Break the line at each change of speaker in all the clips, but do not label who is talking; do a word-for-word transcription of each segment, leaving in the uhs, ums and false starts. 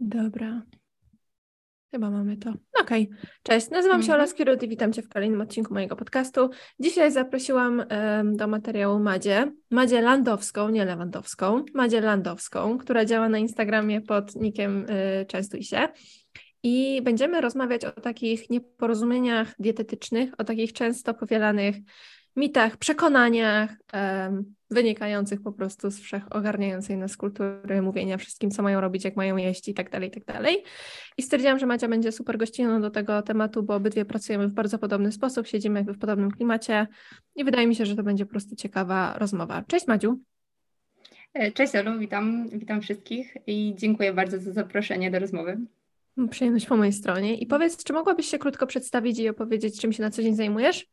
Dobra. Chyba mamy to. Okej. Okay. Cześć, nazywam się
Mhm.
Ola Skirut i witam Cię w kolejnym odcinku mojego podcastu. Dzisiaj zaprosiłam em, do materiału Madzię. Madzię Landowską, nie Lewandowską. Madzię Landowską, która działa na Instagramie pod nickiem y, Częstuj się. I będziemy rozmawiać o takich nieporozumieniach dietetycznych, o takich często powielanych mitach, przekonaniach em, wynikających po prostu z wszechogarniającej nas kultury mówienia wszystkim, co mają robić, jak mają jeść i tak dalej, i tak dalej. I stwierdziłam, że Madzia będzie super gościną do tego tematu, bo obydwie pracujemy w bardzo podobny sposób, siedzimy jakby w podobnym klimacie i wydaje mi się, że to będzie po prostu ciekawa rozmowa. Cześć Madziu.
Cześć Olu, witam, witam wszystkich i dziękuję bardzo za zaproszenie do rozmowy.
Przyjemność po mojej stronie. I powiedz, czy mogłabyś się krótko przedstawić i opowiedzieć, czym się na co dzień zajmujesz?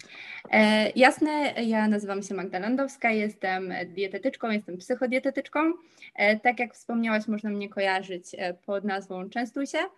E, jasne, ja nazywam się Magda Landowska, jestem dietetyczką, jestem psychodietetyczką. E, tak jak wspomniałaś, można mnie kojarzyć pod nazwą Częstuj się.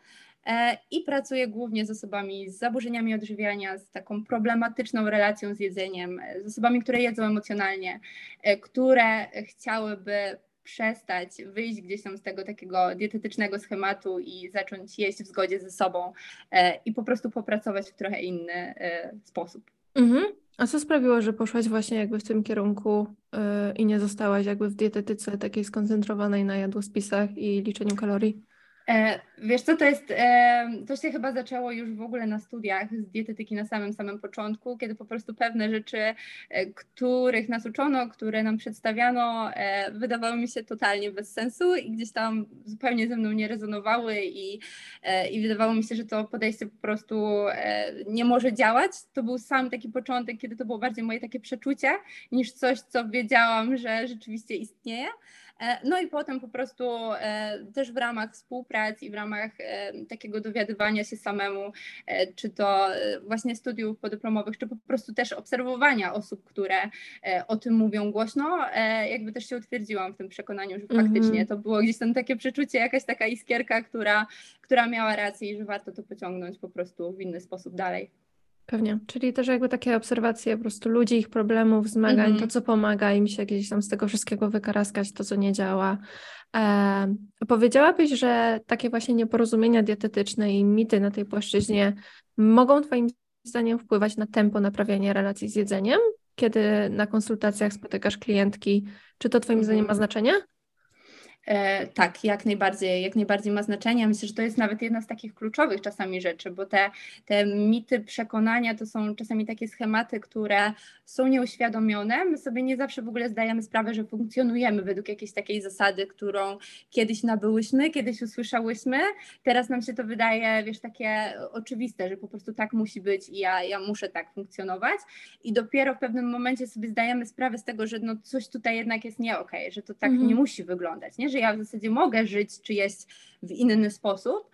I pracuję głównie z osobami z zaburzeniami odżywiania, z taką problematyczną relacją z jedzeniem, z osobami, które jedzą emocjonalnie, które chciałyby przestać wyjść gdzieś tam z tego takiego dietetycznego schematu i zacząć jeść w zgodzie ze sobą i po prostu popracować w trochę inny sposób.
Mhm. A co sprawiło, że poszłaś właśnie jakby w tym kierunku yy, i nie zostałaś jakby w dietetyce takiej skoncentrowanej na jadłospisach i liczeniu kalorii?
E, wiesz co, to jest, e, to się chyba zaczęło już w ogóle na studiach z dietetyki na samym, samym początku, kiedy po prostu pewne rzeczy, e, których nas uczono, które nam przedstawiano, e, wydawały mi się totalnie bez sensu i gdzieś tam zupełnie ze mną nie rezonowały i, e, i wydawało mi się, że to podejście po prostu e, nie może działać. To był sam taki początek, kiedy to było bardziej moje takie przeczucie, niż coś, co wiedziałam, że rzeczywiście istnieje. No i potem po prostu e, też w ramach współpracy i w ramach e, takiego dowiadywania się samemu, e, czy to właśnie studiów podyplomowych, czy po prostu też obserwowania osób, które e, o tym mówią głośno, e, jakby też się utwierdziłam w tym przekonaniu, że faktycznie to było gdzieś tam takie przeczucie, jakaś taka iskierka, która, która miała rację i że warto to pociągnąć po prostu w inny sposób dalej.
Pewnie, czyli też jakby takie obserwacje po prostu ludzi, ich problemów, zmagań,
Mhm.
to co pomaga im się gdzieś tam z tego wszystkiego wykaraskać, to co nie działa. E, powiedziałabyś, że takie właśnie nieporozumienia dietetyczne i mity na tej płaszczyźnie mogą twoim zdaniem wpływać na tempo naprawiania relacji z jedzeniem? Kiedy na konsultacjach spotykasz klientki, czy to twoim zdaniem ma
Mhm.
znaczenie?
E, tak, jak najbardziej, jak najbardziej ma znaczenie. Myślę, że to jest nawet jedna z takich kluczowych czasami rzeczy, bo te, te mity, przekonania to są czasami takie schematy, które są nieuświadomione. My sobie nie zawsze w ogóle zdajemy sprawę, że funkcjonujemy według jakiejś takiej zasady, którą kiedyś nabyłyśmy, kiedyś usłyszałyśmy. Teraz nam się to wydaje, wiesz, takie oczywiste, że po prostu tak musi być i ja, ja muszę tak funkcjonować. I dopiero w pewnym momencie sobie zdajemy sprawę z tego, że no coś tutaj jednak jest nie okej, okay, że to tak
Mhm.
nie musi wyglądać, nie? Że ja w zasadzie mogę żyć czy jeść w inny sposób.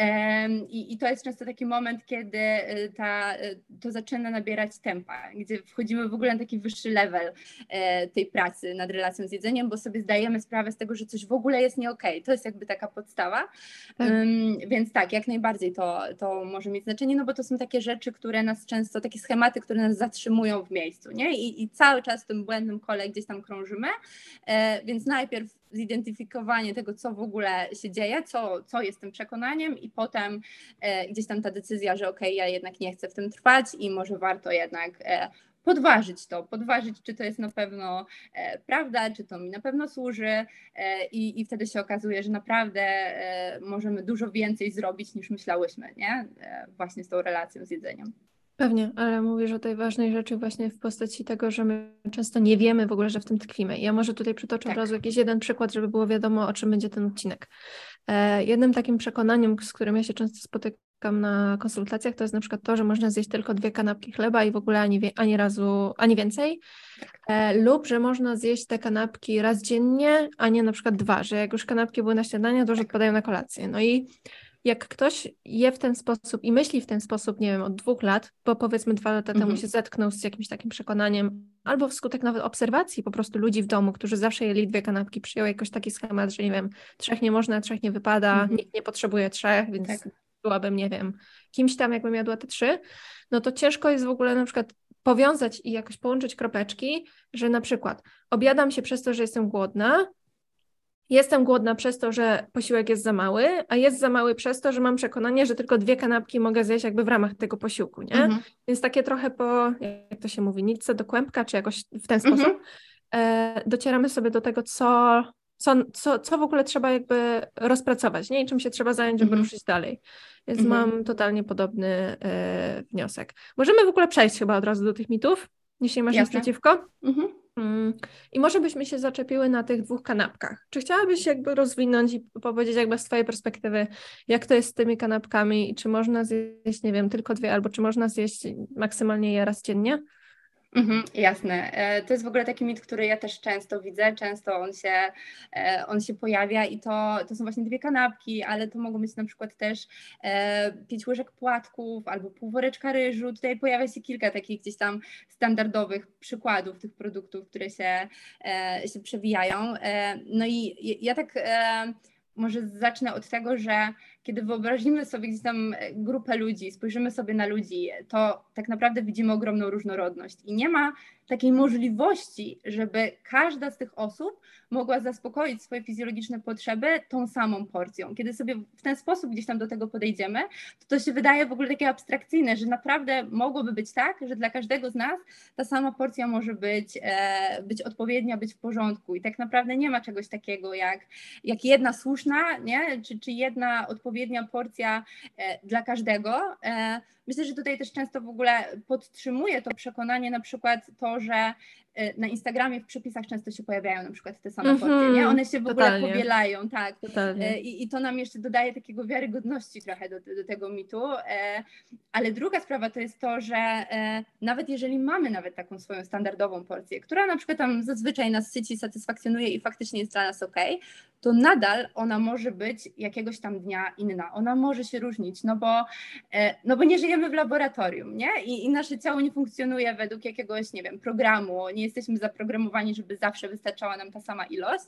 I, i to jest często taki moment, kiedy ta, to zaczyna nabierać tempa, gdzie wchodzimy w ogóle na taki wyższy level tej pracy nad relacją z jedzeniem, bo sobie zdajemy sprawę z tego, że coś w ogóle jest nie okej. To jest jakby taka podstawa.
Tak.
Um, więc tak, jak najbardziej to, to może mieć znaczenie, no bo to są takie rzeczy, które nas często, takie schematy, które nas zatrzymują w miejscu, nie? I, i cały czas w tym błędnym kole gdzieś tam krążymy, e, więc najpierw zidentyfikowanie tego, co w ogóle się dzieje, co, co jest tym przekonaniem i potem e, gdzieś tam ta decyzja, że okej, okay, ja jednak nie chcę w tym trwać i może warto jednak e, podważyć to, podważyć, czy to jest na pewno e, prawda, czy to mi na pewno służy e, i, i wtedy się okazuje, że naprawdę e, możemy dużo więcej zrobić niż myślałyśmy, nie? E, właśnie z tą relacją z jedzeniem.
Pewnie, ale mówisz o tej ważnej rzeczy właśnie w postaci tego, że my często nie wiemy w ogóle, że w tym tkwimy. Ja może tutaj przytoczę
Tak.
od razu jakiś jeden przykład, żeby było wiadomo, o czym będzie ten odcinek. E, jednym takim przekonaniem, z którym ja się często spotykam na konsultacjach, to jest na przykład to, że można zjeść tylko dwie kanapki chleba i w ogóle ani, wie, ani razu, ani więcej. E, lub, że można zjeść te kanapki raz dziennie, a nie na przykład dwa, że jak już kanapki były na śniadanie, to już odpadają na kolację. No i jak ktoś je w ten sposób i myśli w ten sposób, nie wiem, od dwóch lat, bo powiedzmy dwa lata temu
Mhm.
się zetknął z jakimś takim przekonaniem, albo wskutek nawet obserwacji po prostu ludzi w domu, którzy zawsze jeli dwie kanapki, przyjął jakoś taki schemat, że nie wiem, trzech nie można, trzech nie wypada,
Mhm.
nikt nie potrzebuje trzech, więc
Tak.
byłabym, nie wiem, kimś tam, jakbym jadła te trzy, no to ciężko jest w ogóle na przykład powiązać i jakoś połączyć kropeczki, że na przykład objadam się przez to, że jestem głodna, Jestem głodna przez to, że posiłek jest za mały, a jest za mały przez to, że mam przekonanie, że tylko dwie kanapki mogę zjeść jakby w ramach tego posiłku, nie?
Mhm.
Więc takie trochę po, jak to się mówi, nitce do kłębka, czy jakoś w ten
Mhm.
sposób e, docieramy sobie do tego, co, co, co, co w ogóle trzeba jakby rozpracować, nie? I czym się trzeba zająć, żeby
Mhm.
ruszyć dalej. Więc
Mhm.
mam totalnie podobny e, wniosek. Możemy w ogóle przejść chyba od razu do tych mitów, jeśli masz nic
Jasne.
przeciwko.
Mhm.
Mm. I może byśmy się zaczepiły na tych dwóch kanapkach. Czy chciałabyś jakby rozwinąć i powiedzieć jakby z twojej perspektywy, jak to jest z tymi kanapkami i czy można zjeść, nie wiem, tylko dwie, albo czy można zjeść maksymalnie je raz dziennie?
Mhm, jasne. E, To jest w ogóle taki mit, który ja też często widzę, często on się, e, on się pojawia i to, to są właśnie dwie kanapki, ale to mogą być na przykład też e, pięć łyżek płatków albo pół woreczka ryżu. Tutaj pojawia się kilka takich gdzieś tam standardowych przykładów tych produktów, które się, e, się przewijają. E, No i ja tak e, może zacznę od tego, że kiedy wyobrazimy sobie gdzieś tam grupę ludzi, spojrzymy sobie na ludzi, to tak naprawdę widzimy ogromną różnorodność i nie ma takiej możliwości, żeby każda z tych osób mogła zaspokoić swoje fizjologiczne potrzeby tą samą porcją. Kiedy sobie w ten sposób gdzieś tam do tego podejdziemy, to to się wydaje w ogóle takie abstrakcyjne, że naprawdę mogłoby być tak, że dla każdego z nas ta sama porcja może być, e, być odpowiednia, być w porządku i tak naprawdę nie ma czegoś takiego jak, jak jedna słuszna, nie? Czy, czy jedna odpowiednia porcja e, dla każdego. E, Myślę, że tutaj też często w ogóle podtrzymuje to przekonanie na przykład to, że na Instagramie w przepisach często się pojawiają na przykład te same porcje, nie? One się w ogóle
Totalnie,
powielają, tak.
totalnie.
I, I to nam jeszcze dodaje takiego wiarygodności trochę do, do tego mitu. Ale druga sprawa to jest to, że nawet jeżeli mamy nawet taką swoją standardową porcję, która na przykład tam zazwyczaj nas syci, satysfakcjonuje i faktycznie jest dla nas ok, to nadal ona może być jakiegoś tam dnia inna. Ona może się różnić, no bo, no bo nie żyjemy w laboratorium, nie? I, i nasze ciało nie funkcjonuje według jakiegoś, nie wiem, programu, nie jesteśmy zaprogramowani, żeby zawsze wystarczała nam ta sama ilość.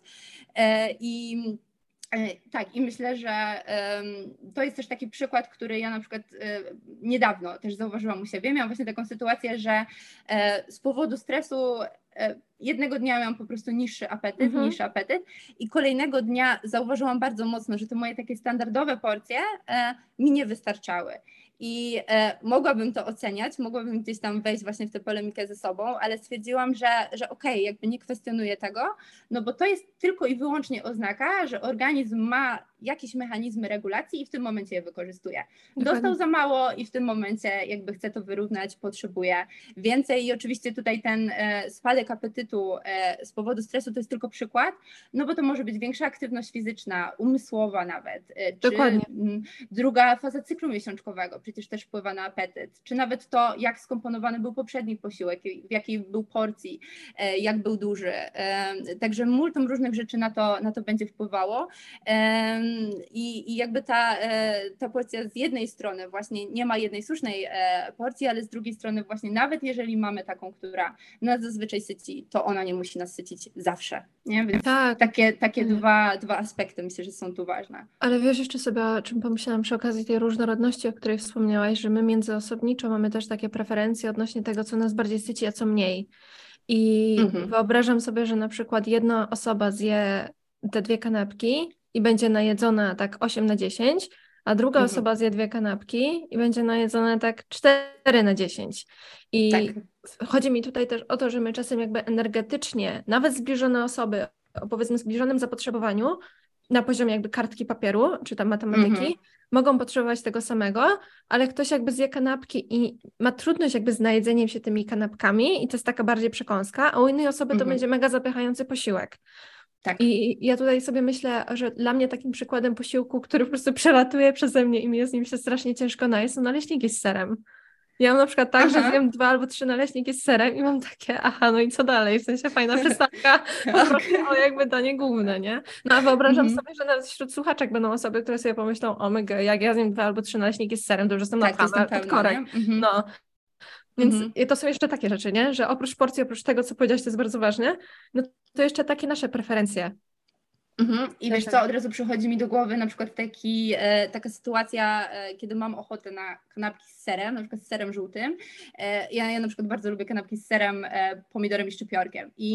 I tak, i myślę, że to jest też taki przykład, który ja na przykład niedawno też zauważyłam u siebie. Miałam właśnie taką sytuację, że z powodu stresu jednego dnia miałam po prostu niższy apetyt, mhm. niższy apetyt i kolejnego dnia zauważyłam bardzo mocno, że te moje takie standardowe porcje mi nie wystarczały. I e, mogłabym to oceniać, mogłabym gdzieś tam wejść właśnie w tę polemikę ze sobą, ale stwierdziłam, że, że okej, okay, jakby nie kwestionuję tego, no bo to jest tylko i wyłącznie oznaka, że organizm ma jakieś mechanizmy regulacji i w tym momencie je wykorzystuje. Dostał za mało i w tym momencie jakby chce to wyrównać, potrzebuje więcej i oczywiście tutaj ten e, spadek apetytu e, z powodu stresu to jest tylko przykład, no bo to może być większa aktywność fizyczna, umysłowa nawet, e, czy
Dokładnie.
m, druga faza cyklu miesiączkowego, przecież też wpływa na apetyt, czy nawet to, jak skomponowany był poprzedni posiłek, w jakiej był porcji, e, jak był duży. E, także multum różnych rzeczy na to, na to będzie wpływało. E, I, I jakby ta, ta porcja z jednej strony właśnie nie ma jednej słusznej porcji, ale z drugiej strony właśnie nawet jeżeli mamy taką, która nas zazwyczaj syci, to ona nie musi nas sycić zawsze. Nie? Więc tak. takie, takie dwa, dwa aspekty myślę, że są tu ważne.
Ale wiesz jeszcze sobie, o czym pomyślałam przy okazji tej różnorodności, o której wspomniałaś, że my międzyosobniczo mamy też takie preferencje odnośnie tego, co nas bardziej syci, a co mniej. I mhm. wyobrażam sobie, że na przykład jedna osoba zje te dwie kanapki i będzie najedzona tak osiem na dziesięć, a druga mhm. osoba zje dwie kanapki i będzie najedzona tak cztery na dziesięć. I tak. chodzi mi tutaj też o to, że my czasem jakby energetycznie, nawet zbliżone osoby o powiedzmy zbliżonym zapotrzebowaniu, na poziomie jakby kartki papieru, czy tam matematyki, mhm. mogą potrzebować tego samego, ale ktoś jakby zje kanapki i ma trudność jakby z najedzeniem się tymi kanapkami i to jest taka bardziej przekąska, a u innej osoby mhm. to będzie mega zapychający posiłek. Tak. I ja tutaj sobie myślę, że dla mnie takim przykładem posiłku, który po prostu przelatuje przeze mnie i mi jest z nim się strasznie ciężko najeść, są naleśniki z serem. Ja mam na przykład tak, aha. że zjem dwa albo trzy naleśniki z serem i mam takie, aha, no i co dalej? W sensie fajna przystawka, po prostu okay. jakby danie główne, nie? No a wyobrażam mm-hmm. sobie, że nawet wśród słuchaczek będą osoby, które sobie pomyślą, o my god, jak ja zjem dwa albo trzy naleśniki z serem, to już jestem
tak,
na pod korek. Mm-hmm. No. Więc mm-hmm. to są jeszcze takie rzeczy, nie? Że oprócz porcji, oprócz tego, co powiedziałaś, to jest bardzo ważne, no to jeszcze takie nasze preferencje.
Mhm. I wiesz co, od razu przychodzi mi do głowy na przykład taki, e, taka sytuacja, e, kiedy mam ochotę na kanapki z serem, na przykład z serem żółtym. E, ja, ja na przykład bardzo lubię kanapki z serem, e, pomidorem i szczypiorkiem. I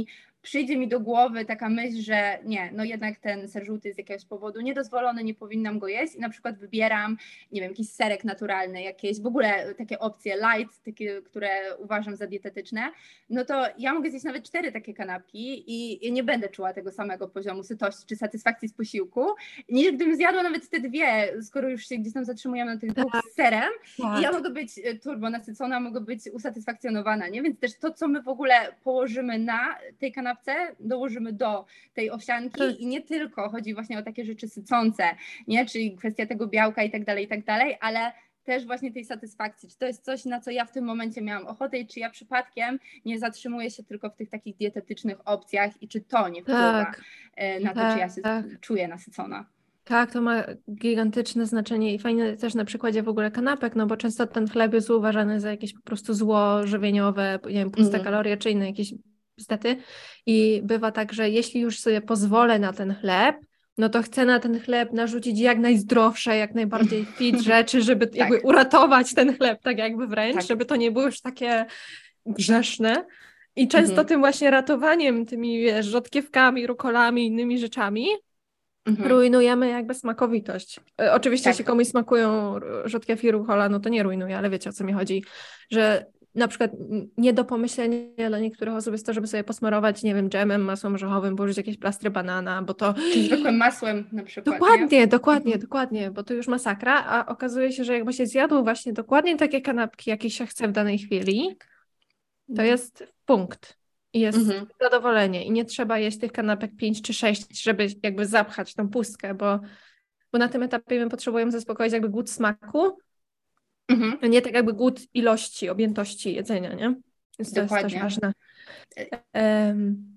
przyjdzie mi do głowy taka myśl, że nie, no jednak ten ser żółty jest z jakiegoś powodu niedozwolony, nie powinnam go jeść i na przykład wybieram, nie wiem, jakiś serek naturalny, jakieś w ogóle takie opcje light, takie, które uważam za dietetyczne, no to ja mogę zjeść nawet cztery takie kanapki i, i nie będę czuła tego samego poziomu sytości czy satysfakcji z posiłku, niż gdybym zjadła nawet te dwie, skoro już się gdzieś tam zatrzymujemy na tych dwóch z serem
tak.
i ja mogę być turbo nasycona, mogę być usatysfakcjonowana, nie? Więc też to, co my w ogóle położymy na tej kanapce, dołożymy do tej owsianki tak. I nie tylko chodzi właśnie o takie rzeczy sycące, nie? Czyli kwestia tego białka i tak dalej, i tak dalej, ale też właśnie tej satysfakcji, czy to jest coś, na co ja w tym momencie miałam ochotę i czy ja przypadkiem nie zatrzymuję się tylko w tych takich dietetycznych opcjach i czy to nie wpływa tak. na to, tak. czy ja się tak. czuję nasycona.
Tak, to ma gigantyczne znaczenie i fajne też na przykładzie w ogóle kanapek, no bo często ten chleb jest uważany za jakieś po prostu zło żywieniowe, nie wiem, puste mm. kalorie czy inne jakieś bzdety i bywa tak, że jeśli już sobie pozwolę na ten chleb, no to chcę na ten chleb narzucić jak najzdrowsze, jak najbardziej fit rzeczy, żeby tak. jakby uratować ten chleb tak jakby wręcz, tak. żeby to nie było już takie grzeszne. I często mhm. tym właśnie ratowaniem, tymi wiesz, rzodkiewkami, rukolami, innymi rzeczami mhm. rujnujemy jakby smakowitość. Oczywiście tak. jeśli komuś smakują rzodkiew i rukola, no to nie rujnuje, ale wiecie o co mi chodzi, że na przykład nie do pomyślenia dla niektórych osób jest to, żeby sobie posmarować, nie wiem, dżemem, masłem orzechowym, położyć jakieś plastry banana, bo to...
Czy zwykłym masłem na przykład,
Dokładnie,
nie?
dokładnie, mhm. dokładnie, bo to już masakra, a okazuje się, że jakby się zjadło właśnie dokładnie takie kanapki, jakie się chce w danej chwili, to jest punkt i jest mhm. zadowolenie i nie trzeba jeść tych kanapek pięć czy sześć, żeby jakby zapchać tą pustkę, bo, bo na tym etapie my potrzebujemy zaspokoić jakby głód smaku, mhm. a nie tak jakby głód ilości, objętości jedzenia, nie? Więc to Dokładnie. jest też ważne. Um,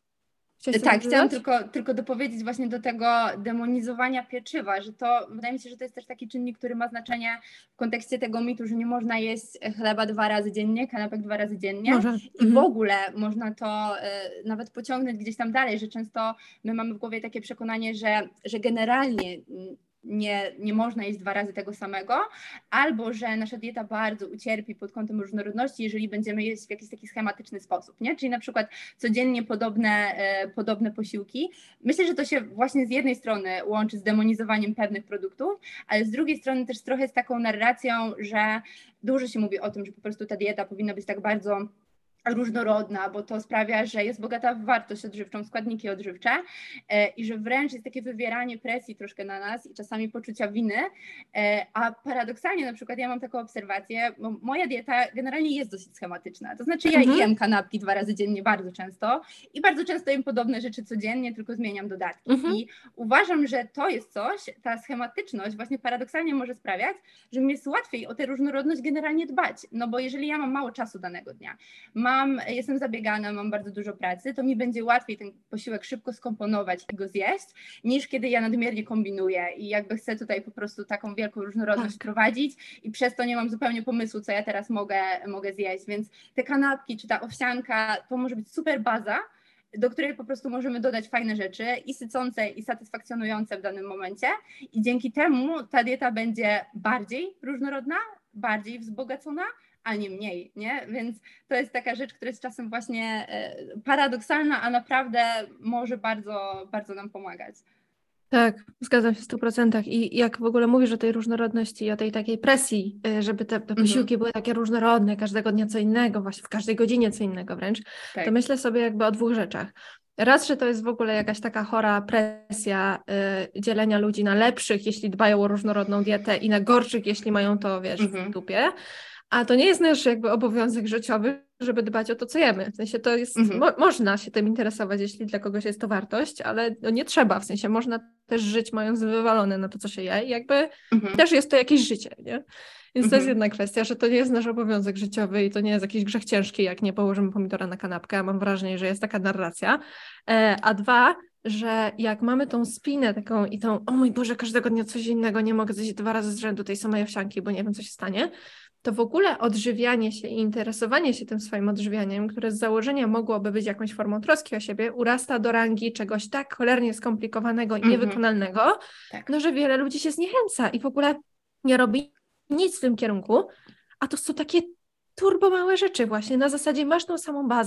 tak, chciałam tylko, tylko dopowiedzieć właśnie do tego demonizowania pieczywa, że to wydaje mi się, że to jest też taki czynnik, który ma znaczenie w kontekście tego mitu, że nie można jeść chleba dwa razy dziennie, kanapek dwa razy dziennie Może. i mhm. w ogóle można to y, nawet pociągnąć gdzieś tam dalej, że często my mamy w głowie takie przekonanie, że, że generalnie y, Nie, nie można jeść dwa razy tego samego, albo że nasza dieta bardzo ucierpi pod kątem różnorodności, jeżeli będziemy jeść w jakiś taki schematyczny sposób, nie? Czyli na przykład codziennie podobne, e, podobne posiłki. Myślę, że to się właśnie z jednej strony łączy z demonizowaniem pewnych produktów, ale z drugiej strony też trochę z taką narracją, że dużo się mówi o tym, że po prostu ta dieta powinna być tak bardzo różnorodna, bo to sprawia, że jest bogata w wartość odżywczą, składniki odżywcze e, i że wręcz jest takie wywieranie presji troszkę na nas i czasami poczucia winy, e, a paradoksalnie na przykład ja mam taką obserwację, bo moja dieta generalnie jest dosyć schematyczna, to znaczy ja mhm. jem kanapki dwa razy dziennie bardzo często i bardzo często jem podobne rzeczy codziennie, tylko zmieniam dodatki mhm. i uważam, że to jest coś, ta schematyczność właśnie paradoksalnie może sprawiać, że mi jest łatwiej o tę różnorodność generalnie dbać, no bo jeżeli ja mam mało czasu danego dnia, mam Mam, jestem zabiegana, mam bardzo dużo pracy, to mi będzie łatwiej ten posiłek szybko skomponować i go zjeść, niż kiedy ja nadmiernie kombinuję i jakby chcę tutaj po prostu taką wielką różnorodność tak. prowadzić i przez to nie mam zupełnie pomysłu, co ja teraz mogę, mogę zjeść, więc te kanapki czy ta owsianka to może być super baza, do której po prostu możemy dodać fajne rzeczy i sycące i satysfakcjonujące w danym momencie i dzięki temu ta dieta będzie bardziej różnorodna, bardziej wzbogacona, a nie mniej, nie? Więc to jest taka rzecz, która jest czasem właśnie paradoksalna, a naprawdę może bardzo, bardzo nam pomagać.
Tak, zgadzam się w stu procentach i jak w ogóle mówisz o tej różnorodności i o tej takiej presji, żeby te, te posiłki mhm. były takie różnorodne, każdego dnia co innego, właśnie w każdej godzinie co innego wręcz, tak. to myślę sobie jakby o dwóch rzeczach. Raz, że to jest w ogóle jakaś taka chora presja y, dzielenia ludzi na lepszych, jeśli dbają o różnorodną dietę i na gorszych, jeśli mają to, wiesz, mhm. w dupie. A to nie jest nasz jakby obowiązek życiowy, żeby dbać o to, co jemy. W sensie to jest, mhm. mo- można się tym interesować, jeśli dla kogoś jest to wartość, ale no nie trzeba. W sensie można też żyć mając wywalone na to, co się je i jakby mhm. też jest to jakieś życie, nie? Więc mhm. to jest jedna kwestia, że to nie jest nasz obowiązek życiowy i to nie jest jakiś grzech ciężki, jak nie położymy pomidora na kanapkę. Mam wrażenie, że jest taka narracja. E, a dwa, że jak mamy tą spinę taką i tą, o mój Boże, każdego dnia coś innego, nie mogę zjeść dwa razy z rzędu tej samej owsianki, bo nie wiem, co się stanie, to w ogóle odżywianie się i interesowanie się tym swoim odżywianiem, które z założenia mogłoby być jakąś formą troski o siebie, urasta do rangi czegoś tak cholernie skomplikowanego i mm-hmm. niewykonalnego, tak. no że wiele ludzi się zniechęca i w ogóle nie robi nic w tym kierunku, a to są takie turbo małe rzeczy właśnie, na zasadzie masz tą samą bazę,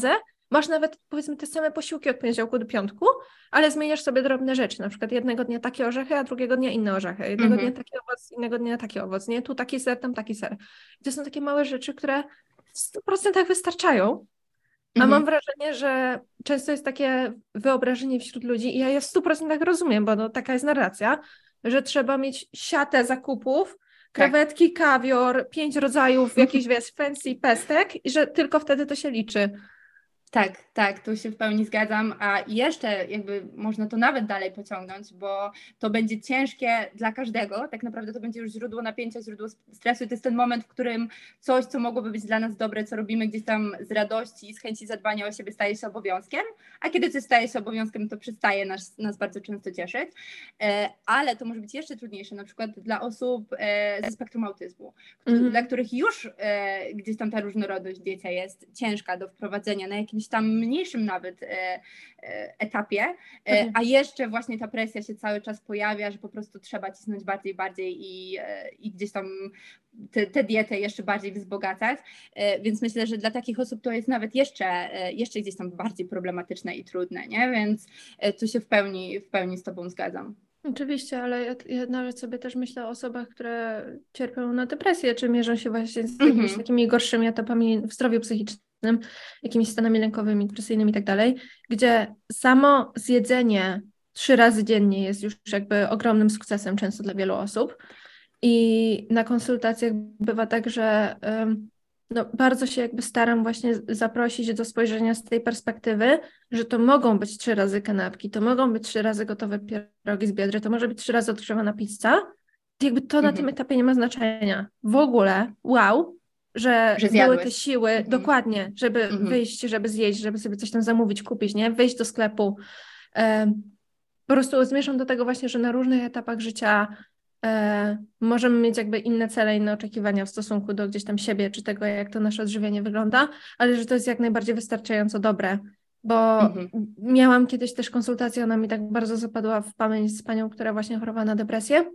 masz nawet powiedzmy te same posiłki od poniedziałku do piątku, ale zmieniasz sobie drobne rzeczy, na przykład jednego dnia takie orzechy, a drugiego dnia inne orzechy, jednego
Mhm.
dnia taki owoc, innego dnia taki owoc, nie? Tu taki ser, tam taki ser. I to są takie małe rzeczy, które w stu procentach wystarczają, a
Mhm.
mam wrażenie, że często jest takie wyobrażenie wśród ludzi i ja je w stu procentach rozumiem, bo no, taka jest narracja, że trzeba mieć siatę zakupów, krewetki, kawior, pięć rodzajów jakichś, wiesz, fancy pestek i że tylko wtedy to się liczy.
Tak, tak, tu się w pełni zgadzam, a jeszcze jakby można to nawet dalej pociągnąć, bo to będzie ciężkie dla każdego, tak naprawdę to będzie już źródło napięcia, źródło stresu i to jest ten moment, w którym coś, co mogłoby być dla nas dobre, co robimy gdzieś tam z radości i z chęci zadbania o siebie staje się obowiązkiem, a kiedy coś staje się obowiązkiem, to przestaje nas, nas bardzo często cieszyć, ale to może być jeszcze trudniejsze, na przykład dla osób ze spektrum autyzmu,
Mhm.
dla których już gdzieś tam ta różnorodność dziecię jest ciężka do wprowadzenia na jakimś tam mniejszym nawet e, e, etapie, e, a jeszcze właśnie ta presja się cały czas pojawia, że po prostu trzeba cisnąć bardziej, bardziej i, e, i gdzieś tam te, te dietę jeszcze bardziej wzbogacać, e, więc myślę, że dla takich osób to jest nawet jeszcze, e, jeszcze gdzieś tam bardziej problematyczne i trudne, nie? Więc e, tu się w pełni, w pełni z Tobą zgadzam.
Oczywiście, ale ja, ja nawet sobie też myślę o osobach, które cierpią na depresję, czy mierzą się właśnie z jakimiś
Mhm.
takimi gorszymi etapami w zdrowiu psychicznym, jakimiś stanami lękowymi, depresyjnymi i tak dalej, gdzie samo zjedzenie trzy razy dziennie jest już jakby ogromnym sukcesem często dla wielu osób. I na konsultacjach bywa tak, że ym, no, bardzo się jakby staram właśnie zaprosić do spojrzenia z tej perspektywy, że to mogą być trzy razy kanapki, to mogą być trzy razy gotowe pierogi z Biedry, to może być trzy razy odgrzewana pizza. Jakby to
Mhm.
na tym etapie nie ma znaczenia. W ogóle, wow, że,
Że
były te
zjadłeś.
siły,
Mhm.
dokładnie, żeby
Mhm.
wyjść, żeby zjeść, żeby sobie coś tam zamówić, kupić, nie? Wyjść do sklepu. Ym, po prostu zmierzam do tego właśnie, że na różnych etapach życia E, możemy mieć jakby inne cele, inne oczekiwania w stosunku do gdzieś tam siebie, czy tego, jak to nasze odżywienie wygląda, ale że to jest jak najbardziej wystarczająco dobre, bo
Mhm.
miałam kiedyś też konsultację, ona mi tak bardzo zapadła w pamięć z panią, która właśnie chorowała na depresję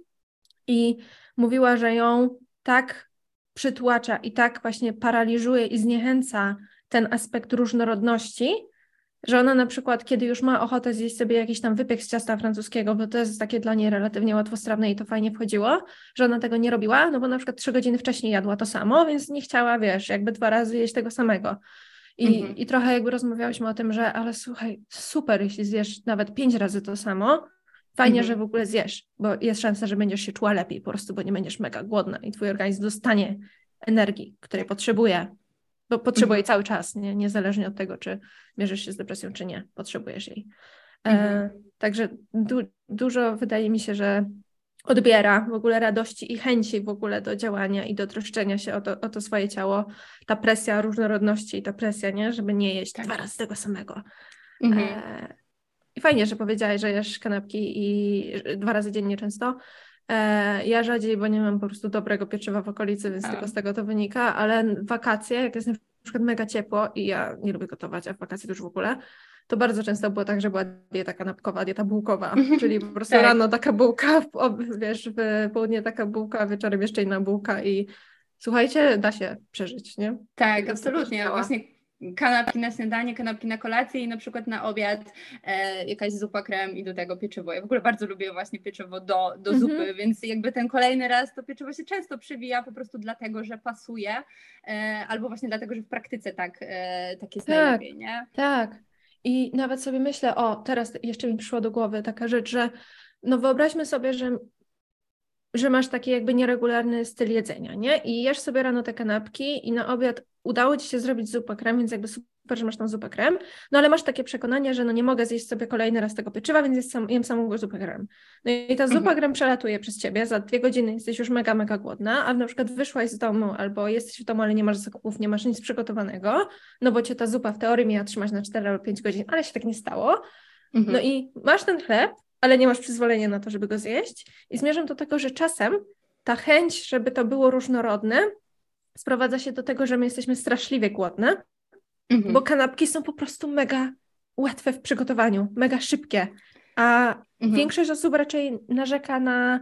i mówiła, że ją tak przytłacza i tak właśnie paraliżuje i zniechęca ten aspekt różnorodności, że ona na przykład, kiedy już ma ochotę zjeść sobie jakiś tam wypiek z ciasta francuskiego, bo to jest takie dla niej relatywnie łatwostrawne i to fajnie wchodziło, że ona tego nie robiła, no bo na przykład trzy godziny wcześniej jadła to samo, więc nie chciała, wiesz, jakby dwa razy jeść tego samego. I,
Mhm.
i trochę jakby rozmawiałyśmy o tym, że ale słuchaj, super, jeśli zjesz nawet pięć razy to samo, fajnie,
Mhm.
że w ogóle zjesz, bo jest szansa, że będziesz się czuła lepiej po prostu, bo nie będziesz mega głodna i twój organizm dostanie energii, której potrzebuje. Bo potrzebuje
Mhm.
cały czas, nie? Niezależnie od tego, czy mierzysz się z depresją, czy nie. Potrzebujesz jej. E,
Mhm.
także du- dużo wydaje mi się, że odbiera w ogóle radości i chęci w ogóle do działania i do troszczenia się o to, o to swoje ciało. Ta presja różnorodności i ta presja, nie? Żeby nie jeść
Tak.
dwa razy tego samego.
Mhm.
E, I fajnie, że powiedziałaś, że jesz kanapki i dwa razy dziennie często. E, ja rzadziej, bo nie mam po prostu dobrego pieczywa w okolicy, więc
A.
tylko z tego to wynika, ale wakacje, jak jest na przykład mega ciepło i ja nie lubię gotować, a w wakacje to już w ogóle, to bardzo często było tak, że była dieta kanapkowa, dieta bułkowa, czyli po prostu
Tak.
rano taka bułka, w, ob- wiesz, w południe taka bułka, a wieczorem jeszcze inna bułka i słuchajcie, da się przeżyć, nie?
Tak,
Taka
absolutnie.
działa.
Właśnie kanapki na śniadanie, kanapki na kolację i na przykład na obiad e, jakaś zupa krem i do tego pieczywo. Ja w ogóle bardzo lubię właśnie pieczywo do, do
Mhm.
zupy, więc jakby ten kolejny raz to pieczywo się często przywija po prostu dlatego, że pasuje e, albo właśnie dlatego, że w praktyce tak, e, tak jest
Tak.
najlepiej, nie?
Tak. I nawet sobie myślę, o, teraz jeszcze mi przyszło do głowy taka rzecz, że no wyobraźmy sobie, że, że masz taki jakby nieregularny styl jedzenia, nie? I jesz sobie rano te kanapki i na obiad udało ci się zrobić zupę krem, więc jakby super, że masz tą zupę krem, no ale masz takie przekonanie, że no nie mogę zjeść sobie kolejny raz tego pieczywa, więc jest sam, jem samą zupę krem. No i ta zupa
Mhm.
krem przelatuje przez ciebie, za dwie godziny jesteś już mega, mega głodna, a na przykład wyszłaś z domu albo jesteś w domu, ale nie masz zakupów, nie masz nic przygotowanego, no bo cię ta zupa w teorii miała trzymać na cztery albo pięć godzin, ale się tak nie stało.
Mhm.
No i masz ten chleb, ale nie masz przyzwolenia na to, żeby go zjeść i zmierzam do tego, że czasem ta chęć, żeby to było różnorodne, sprowadza się do tego, że my jesteśmy straszliwie głodne,
Mhm.
bo kanapki są po prostu mega łatwe w przygotowaniu, mega szybkie, a
Mhm.
większość osób raczej narzeka na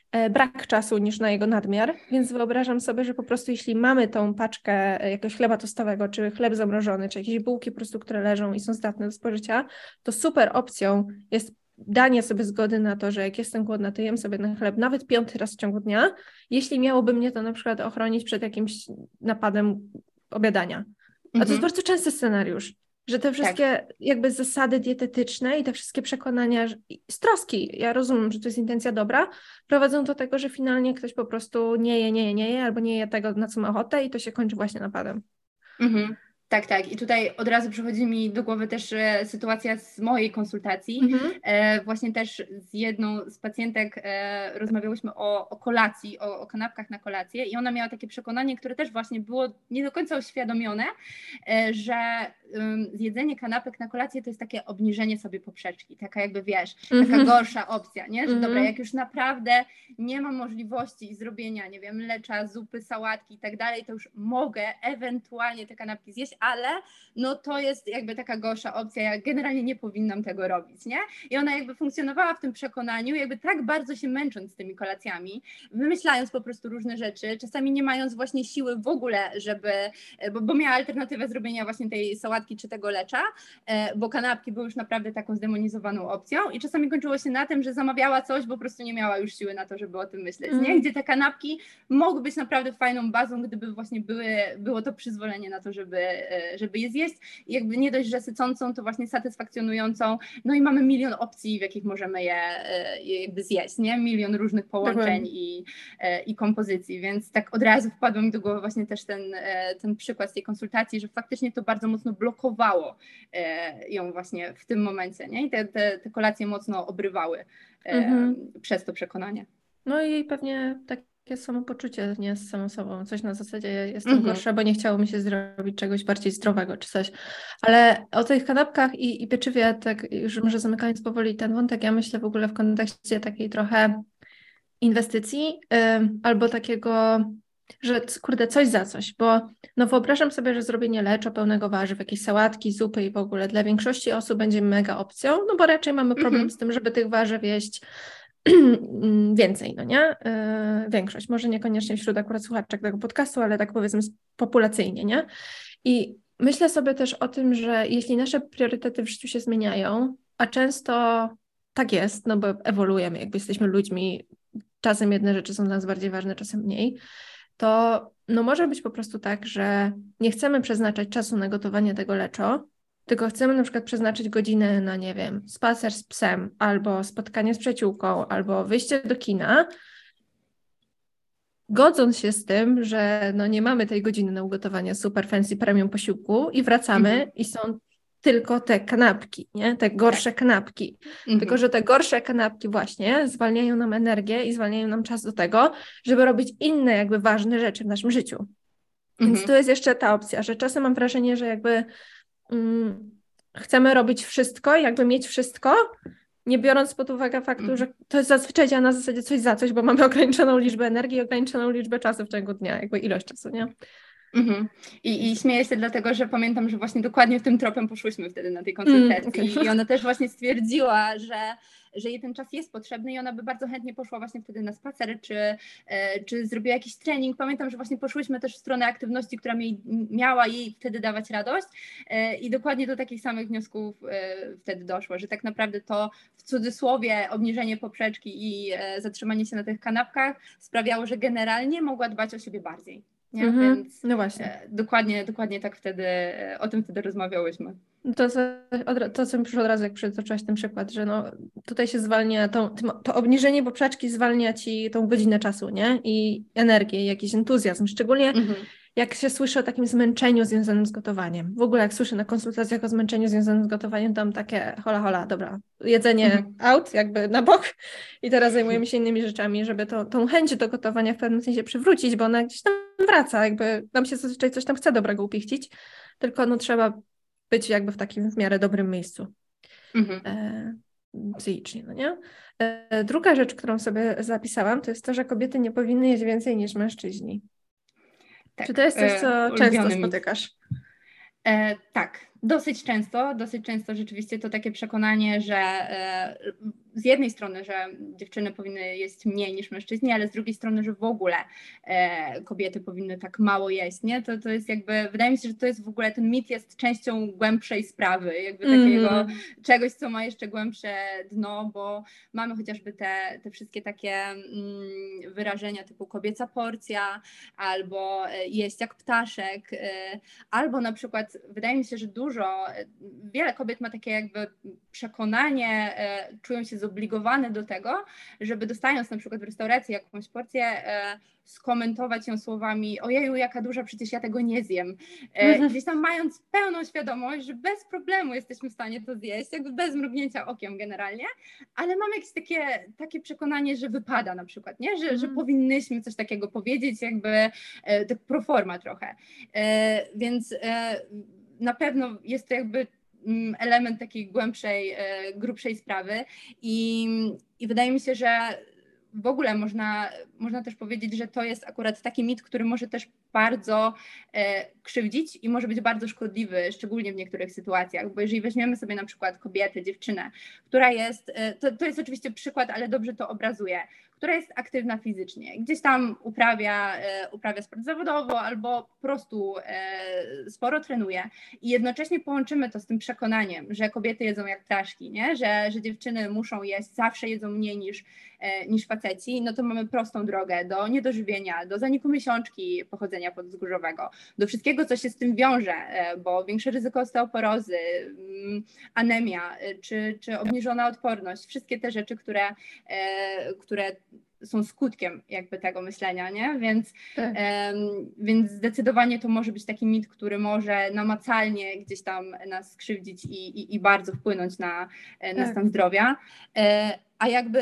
brak czasu niż na jego nadmiar, więc wyobrażam sobie, że po prostu jeśli mamy tą paczkę jakiegoś chleba tostowego, czy chleb zamrożony, czy jakieś bułki po prostu, które leżą i są zdatne do spożycia, to super opcją jest danie sobie zgody na to, że jak jestem głodna, to jem sobie ten chleb nawet piąty raz w ciągu dnia, jeśli miałoby mnie to na przykład ochronić przed jakimś napadem obiadania. A to jest
Mhm.
bardzo częsty scenariusz, że te wszystkie tak. jakby zasady dietetyczne i te wszystkie przekonania z troski, ja rozumiem, że to jest intencja dobra, prowadzą do tego, że finalnie ktoś po prostu nie je, nie je, nie je, albo nie je tego, na co ma ochotę i to się kończy właśnie napadem.
Mhm. Tak, tak. I tutaj od razu przychodzi mi do głowy też e, sytuacja z mojej konsultacji. Mhm. E, właśnie też z jedną z pacjentek e, rozmawiałyśmy o, o kolacji, o, o kanapkach na kolację i ona miała takie przekonanie, które też właśnie było nie do końca uświadomione, e, że e, zjedzenie kanapek na kolację to jest takie obniżenie sobie poprzeczki, taka jakby wiesz, mhm. taka gorsza opcja, nie? Że mhm. dobra, jak już naprawdę nie mam możliwości zrobienia, nie wiem, lecza, zupy, sałatki i tak dalej, to już mogę ewentualnie te kanapki zjeść, ale no to jest jakby taka gorsza opcja, ja generalnie nie powinnam tego robić, nie? I ona jakby funkcjonowała w tym przekonaniu, jakby tak bardzo się męcząc z tymi kolacjami, wymyślając po prostu różne rzeczy, czasami nie mając właśnie siły w ogóle, żeby, bo, bo miała alternatywę zrobienia właśnie tej sałatki czy tego lecza, bo kanapki były już naprawdę taką zdemonizowaną opcją i czasami kończyło się na tym, że zamawiała coś, bo po prostu nie miała już siły na to, żeby o tym myśleć, mm. nie? Gdzie te kanapki mogły być naprawdę fajną bazą, gdyby właśnie były, było to przyzwolenie na to, żeby żeby je zjeść i jakby nie dość, że sycącą, to właśnie satysfakcjonującą, no i mamy milion opcji, w jakich możemy je, je jakby zjeść, nie? Milion różnych połączeń i, i kompozycji, więc tak od razu wpadło mi do głowy właśnie też ten, ten przykład z tej konsultacji, że faktycznie to bardzo mocno blokowało ją właśnie w tym momencie, nie? I te, te, te kolacje mocno obrywały mhm. przez to przekonanie.
No i pewnie tak takie samopoczucie, nie, z samą sobą, coś na zasadzie jestem mhm. gorsza, bo nie chciało mi się zrobić czegoś bardziej zdrowego czy coś. Ale o tych kanapkach i, i pieczywie, tak już może zamykając powoli ten wątek, ja myślę w ogóle w kontekście takiej trochę inwestycji yy, albo takiego, że kurde, coś za coś, bo no wyobrażam sobie, że zrobienie lecza pełnego warzyw, jakieś sałatki, zupy i w ogóle dla większości osób będzie mega opcją, no bo raczej mamy problem mhm. z tym, żeby tych warzyw jeść więcej, no nie? Yy, większość, może niekoniecznie wśród akurat słuchaczek tego podcastu, ale tak powiedzmy populacyjnie, nie? I myślę sobie też o tym, że jeśli nasze priorytety w życiu się zmieniają, a często tak jest, no bo ewoluujemy, jakby jesteśmy ludźmi, czasem jedne rzeczy są dla nas bardziej ważne, czasem mniej, to no może być po prostu tak, że nie chcemy przeznaczać czasu na gotowanie tego leczo, tylko chcemy na przykład przeznaczyć godzinę na, nie wiem, spacer z psem, albo spotkanie z przyjaciółką, albo wyjście do kina, godząc się z tym, że no nie mamy tej godziny na ugotowanie super fancy premium posiłku i wracamy mhm. i są tylko te kanapki, nie? Te gorsze tak. kanapki. Mhm. Tylko, że te gorsze kanapki właśnie zwalniają nam energię i zwalniają nam czas do tego, żeby robić inne jakby ważne rzeczy w naszym życiu. Mhm. Więc tu jest jeszcze ta opcja, że czasem mam wrażenie, że jakby mm, chcemy robić wszystko, jakby mieć wszystko, nie biorąc pod uwagę faktu, mm. że to jest zazwyczaj działa na zasadzie coś za coś, bo mamy ograniczoną liczbę energii i ograniczoną liczbę czasu w ciągu dnia, jakby ilość czasu, nie?
Mm-hmm. I, I śmieję się dlatego, że pamiętam, że właśnie dokładnie tym tropem poszłyśmy wtedy na tej konsultacji mm, okay. i ona też właśnie stwierdziła, że, że jej ten czas jest potrzebny i ona by bardzo chętnie poszła właśnie wtedy na spacer, czy, czy zrobiła jakiś trening. Pamiętam, że właśnie poszłyśmy też w stronę aktywności, która mi, miała jej wtedy dawać radość i dokładnie do takich samych wniosków wtedy doszło, że tak naprawdę to w cudzysłowie obniżenie poprzeczki i zatrzymanie się na tych kanapkach sprawiało, że generalnie mogła dbać o siebie bardziej. Nie? Mm-hmm. Więc
no właśnie.
E, dokładnie, dokładnie tak wtedy, e, o tym wtedy rozmawiałyśmy.
To, co, to, co mi przyszło od razu, jak przytoczyłaś ten przykład, że no, tutaj się zwalnia, to, to obniżenie poprzeczki zwalnia ci tą godzinę czasu, nie? I energię, i jakiś entuzjazm, szczególnie mm-hmm. jak się słyszy o takim zmęczeniu związanym z gotowaniem. W ogóle jak słyszę na konsultacjach o zmęczeniu związanym z gotowaniem, tam takie hola hola, dobra, jedzenie mm-hmm. out, jakby na bok i teraz zajmujemy się innymi rzeczami, żeby to, tą chęć do gotowania w pewnym sensie przywrócić, bo ona gdzieś tam wraca, jakby nam się zazwyczaj coś tam chce dobrego upichcić, tylko no trzeba być jakby w takim w miarę dobrym miejscu mm-hmm. e, psychicznie, no nie? E, druga rzecz, którą sobie zapisałam, to jest to, że kobiety nie powinny jeść więcej niż mężczyźni. Tak, Czy to jest coś, co e, często spotykasz?
E, tak, Dosyć często, dosyć często rzeczywiście to takie przekonanie, że e, z jednej strony, że dziewczyny powinny jeść mniej niż mężczyźni, ale z drugiej strony, że w ogóle e, kobiety powinny tak mało jeść, nie? To, to jest jakby, wydaje mi się, że to jest w ogóle, ten mit jest częścią głębszej sprawy, jakby takiego mm. czegoś, co ma jeszcze głębsze dno, bo mamy chociażby te, te wszystkie takie mm, wyrażenia typu kobieca porcja, albo jeść jak ptaszek, e, albo na przykład, wydaje mi się, że dużo, wiele kobiet ma takie jakby przekonanie, e, czują się zobligowane do tego, żeby dostając na przykład w restauracji jakąś porcję, e, skomentować ją słowami: ojeju, jaka duża, przecież ja tego nie zjem. E, gdzieś tam mając pełną świadomość, że bez problemu jesteśmy w stanie to zjeść, jakby bez mrugnięcia okiem generalnie, ale mam jakieś takie, takie przekonanie, że wypada na przykład, nie? Że, mm. że powinnyśmy coś takiego powiedzieć, jakby e, tak pro forma trochę. E, więc e, na pewno jest to jakby element takiej głębszej, grubszej sprawy i, i wydaje mi się, że w ogóle można, można też powiedzieć, że to jest akurat taki mit, który może też bardzo e, krzywdzić i może być bardzo szkodliwy, szczególnie w niektórych sytuacjach, bo jeżeli weźmiemy sobie na przykład kobietę, dziewczynę, która jest, e, to, to jest oczywiście przykład, ale dobrze to obrazuje, która jest aktywna fizycznie, gdzieś tam uprawia, e, uprawia sport zawodowo albo po prostu e, sporo trenuje i jednocześnie połączymy to z tym przekonaniem, że kobiety jedzą jak ptaszki, nie? Że, że dziewczyny muszą jeść, zawsze jedzą mniej niż, e, niż faceci, no to mamy prostą drogę do niedożywienia, do zaniku miesiączki pochodzenia podwzgórzowego, do wszystkiego, co się z tym wiąże, e, bo większe ryzyko osteoporozy, mm, anemia, e, czy, czy obniżona odporność, wszystkie te rzeczy, które, e, które są skutkiem jakby tego myślenia, nie? Więc, tak. um, więc zdecydowanie to może być taki mit, który może namacalnie gdzieś tam nas skrzywdzić i, i, i bardzo wpłynąć na, na tak. stan zdrowia. E, a jakby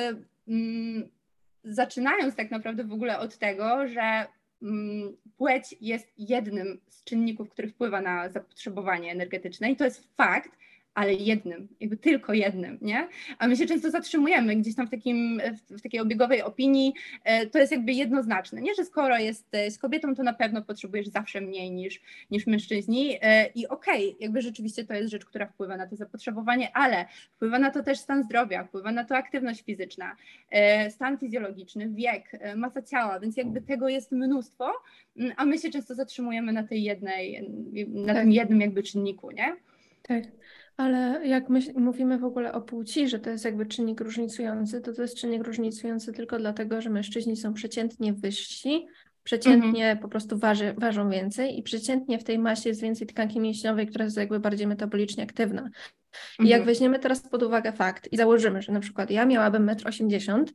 mm, zaczynając tak naprawdę w ogóle od tego, że mm, płeć jest jednym z czynników, który wpływa na zapotrzebowanie energetyczne i to jest fakt, ale jednym, jakby tylko jednym, nie? A my się często zatrzymujemy gdzieś tam w, takim, w, w takiej obiegowej opinii, e, to jest jakby jednoznaczne, nie? Że skoro jesteś kobietą, to na pewno potrzebujesz zawsze mniej niż, niż mężczyźni e, i okej, okay, jakby rzeczywiście to jest rzecz, która wpływa na to zapotrzebowanie, ale wpływa na to też stan zdrowia, wpływa na to aktywność fizyczna, e, stan fizjologiczny, wiek, e, masa ciała, więc jakby tego jest mnóstwo, a my się często zatrzymujemy na tej jednej, na tak. tym jednym jakby czynniku, nie?
Tak. Ale jak my mówimy w ogóle o płci, że to jest jakby czynnik różnicujący, to to jest czynnik różnicujący tylko dlatego, że mężczyźni są przeciętnie wyżsi, przeciętnie mhm. po prostu waży, ważą więcej i przeciętnie w tej masie jest więcej tkanki mięśniowej, która jest jakby bardziej metabolicznie aktywna. I mhm. jak weźmiemy teraz pod uwagę fakt i założymy, że na przykład ja miałabym metr osiemdziesiąt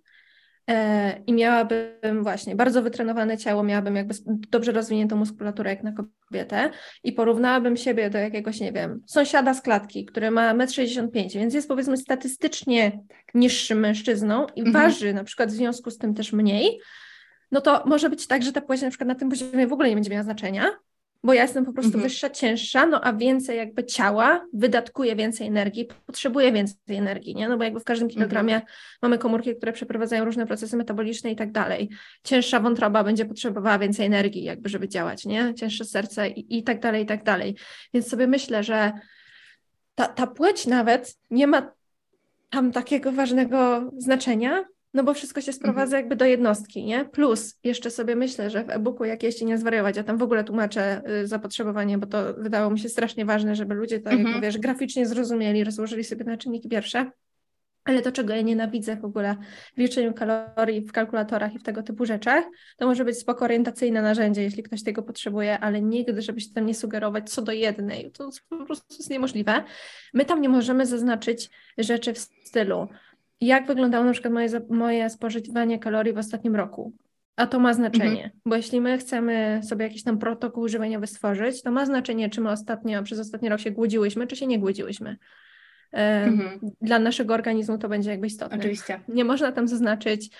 e, i miałabym właśnie bardzo wytrenowane ciało, miałabym jakby dobrze rozwiniętą muskulaturę jak na kobietę i porównałabym siebie do jakiegoś, nie wiem, sąsiada z klatki, który ma metr sześćdziesiąt pięć, więc jest powiedzmy statystycznie niższym mężczyzną i mhm. waży na przykład w związku z tym też mniej, no to może być tak, że ta płeć na przykład na tym poziomie w ogóle nie będzie miała znaczenia, bo ja jestem po prostu mhm. wyższa, cięższa, no a więcej jakby ciała wydatkuje więcej energii, potrzebuje więcej energii, nie? No bo jakby w każdym kilogramie mhm. mamy komórki, które przeprowadzają różne procesy metaboliczne i tak dalej. Cięższa wątroba będzie potrzebowała więcej energii jakby, żeby działać, nie? Cięższe serce i, i tak dalej, i tak dalej. Więc sobie myślę, że ta, ta płeć nawet nie ma tam takiego ważnego znaczenia, no bo wszystko się sprowadza jakby do jednostki, nie? Plus jeszcze sobie myślę, że w e-booku Jak jeść i nie zwariować, ja tam w ogóle tłumaczę y, zapotrzebowanie, bo to wydało mi się strasznie ważne, żeby ludzie to, mhm. jak wiesz, graficznie zrozumieli, rozłożyli sobie na czynniki pierwsze. Ale to, czego ja nienawidzę w ogóle w liczeniu kalorii w kalkulatorach i w tego typu rzeczach, to może być spoko orientacyjne narzędzie, jeśli ktoś tego potrzebuje, ale nigdy, żeby się tam nie sugerować co do jednej. To po prostu jest niemożliwe. My tam nie możemy zaznaczyć rzeczy w stylu, jak wyglądało na przykład moje, moje spożywanie kalorii w ostatnim roku. A to ma znaczenie, mhm. bo jeśli my chcemy sobie jakiś tam protokół żywieniowy stworzyć, to ma znaczenie, czy my ostatnio, przez ostatni rok się głodziłyśmy, czy się nie głodziłyśmy. Mhm. Dla naszego organizmu to będzie jakby istotne.
Oczywiście.
Nie można tam zaznaczyć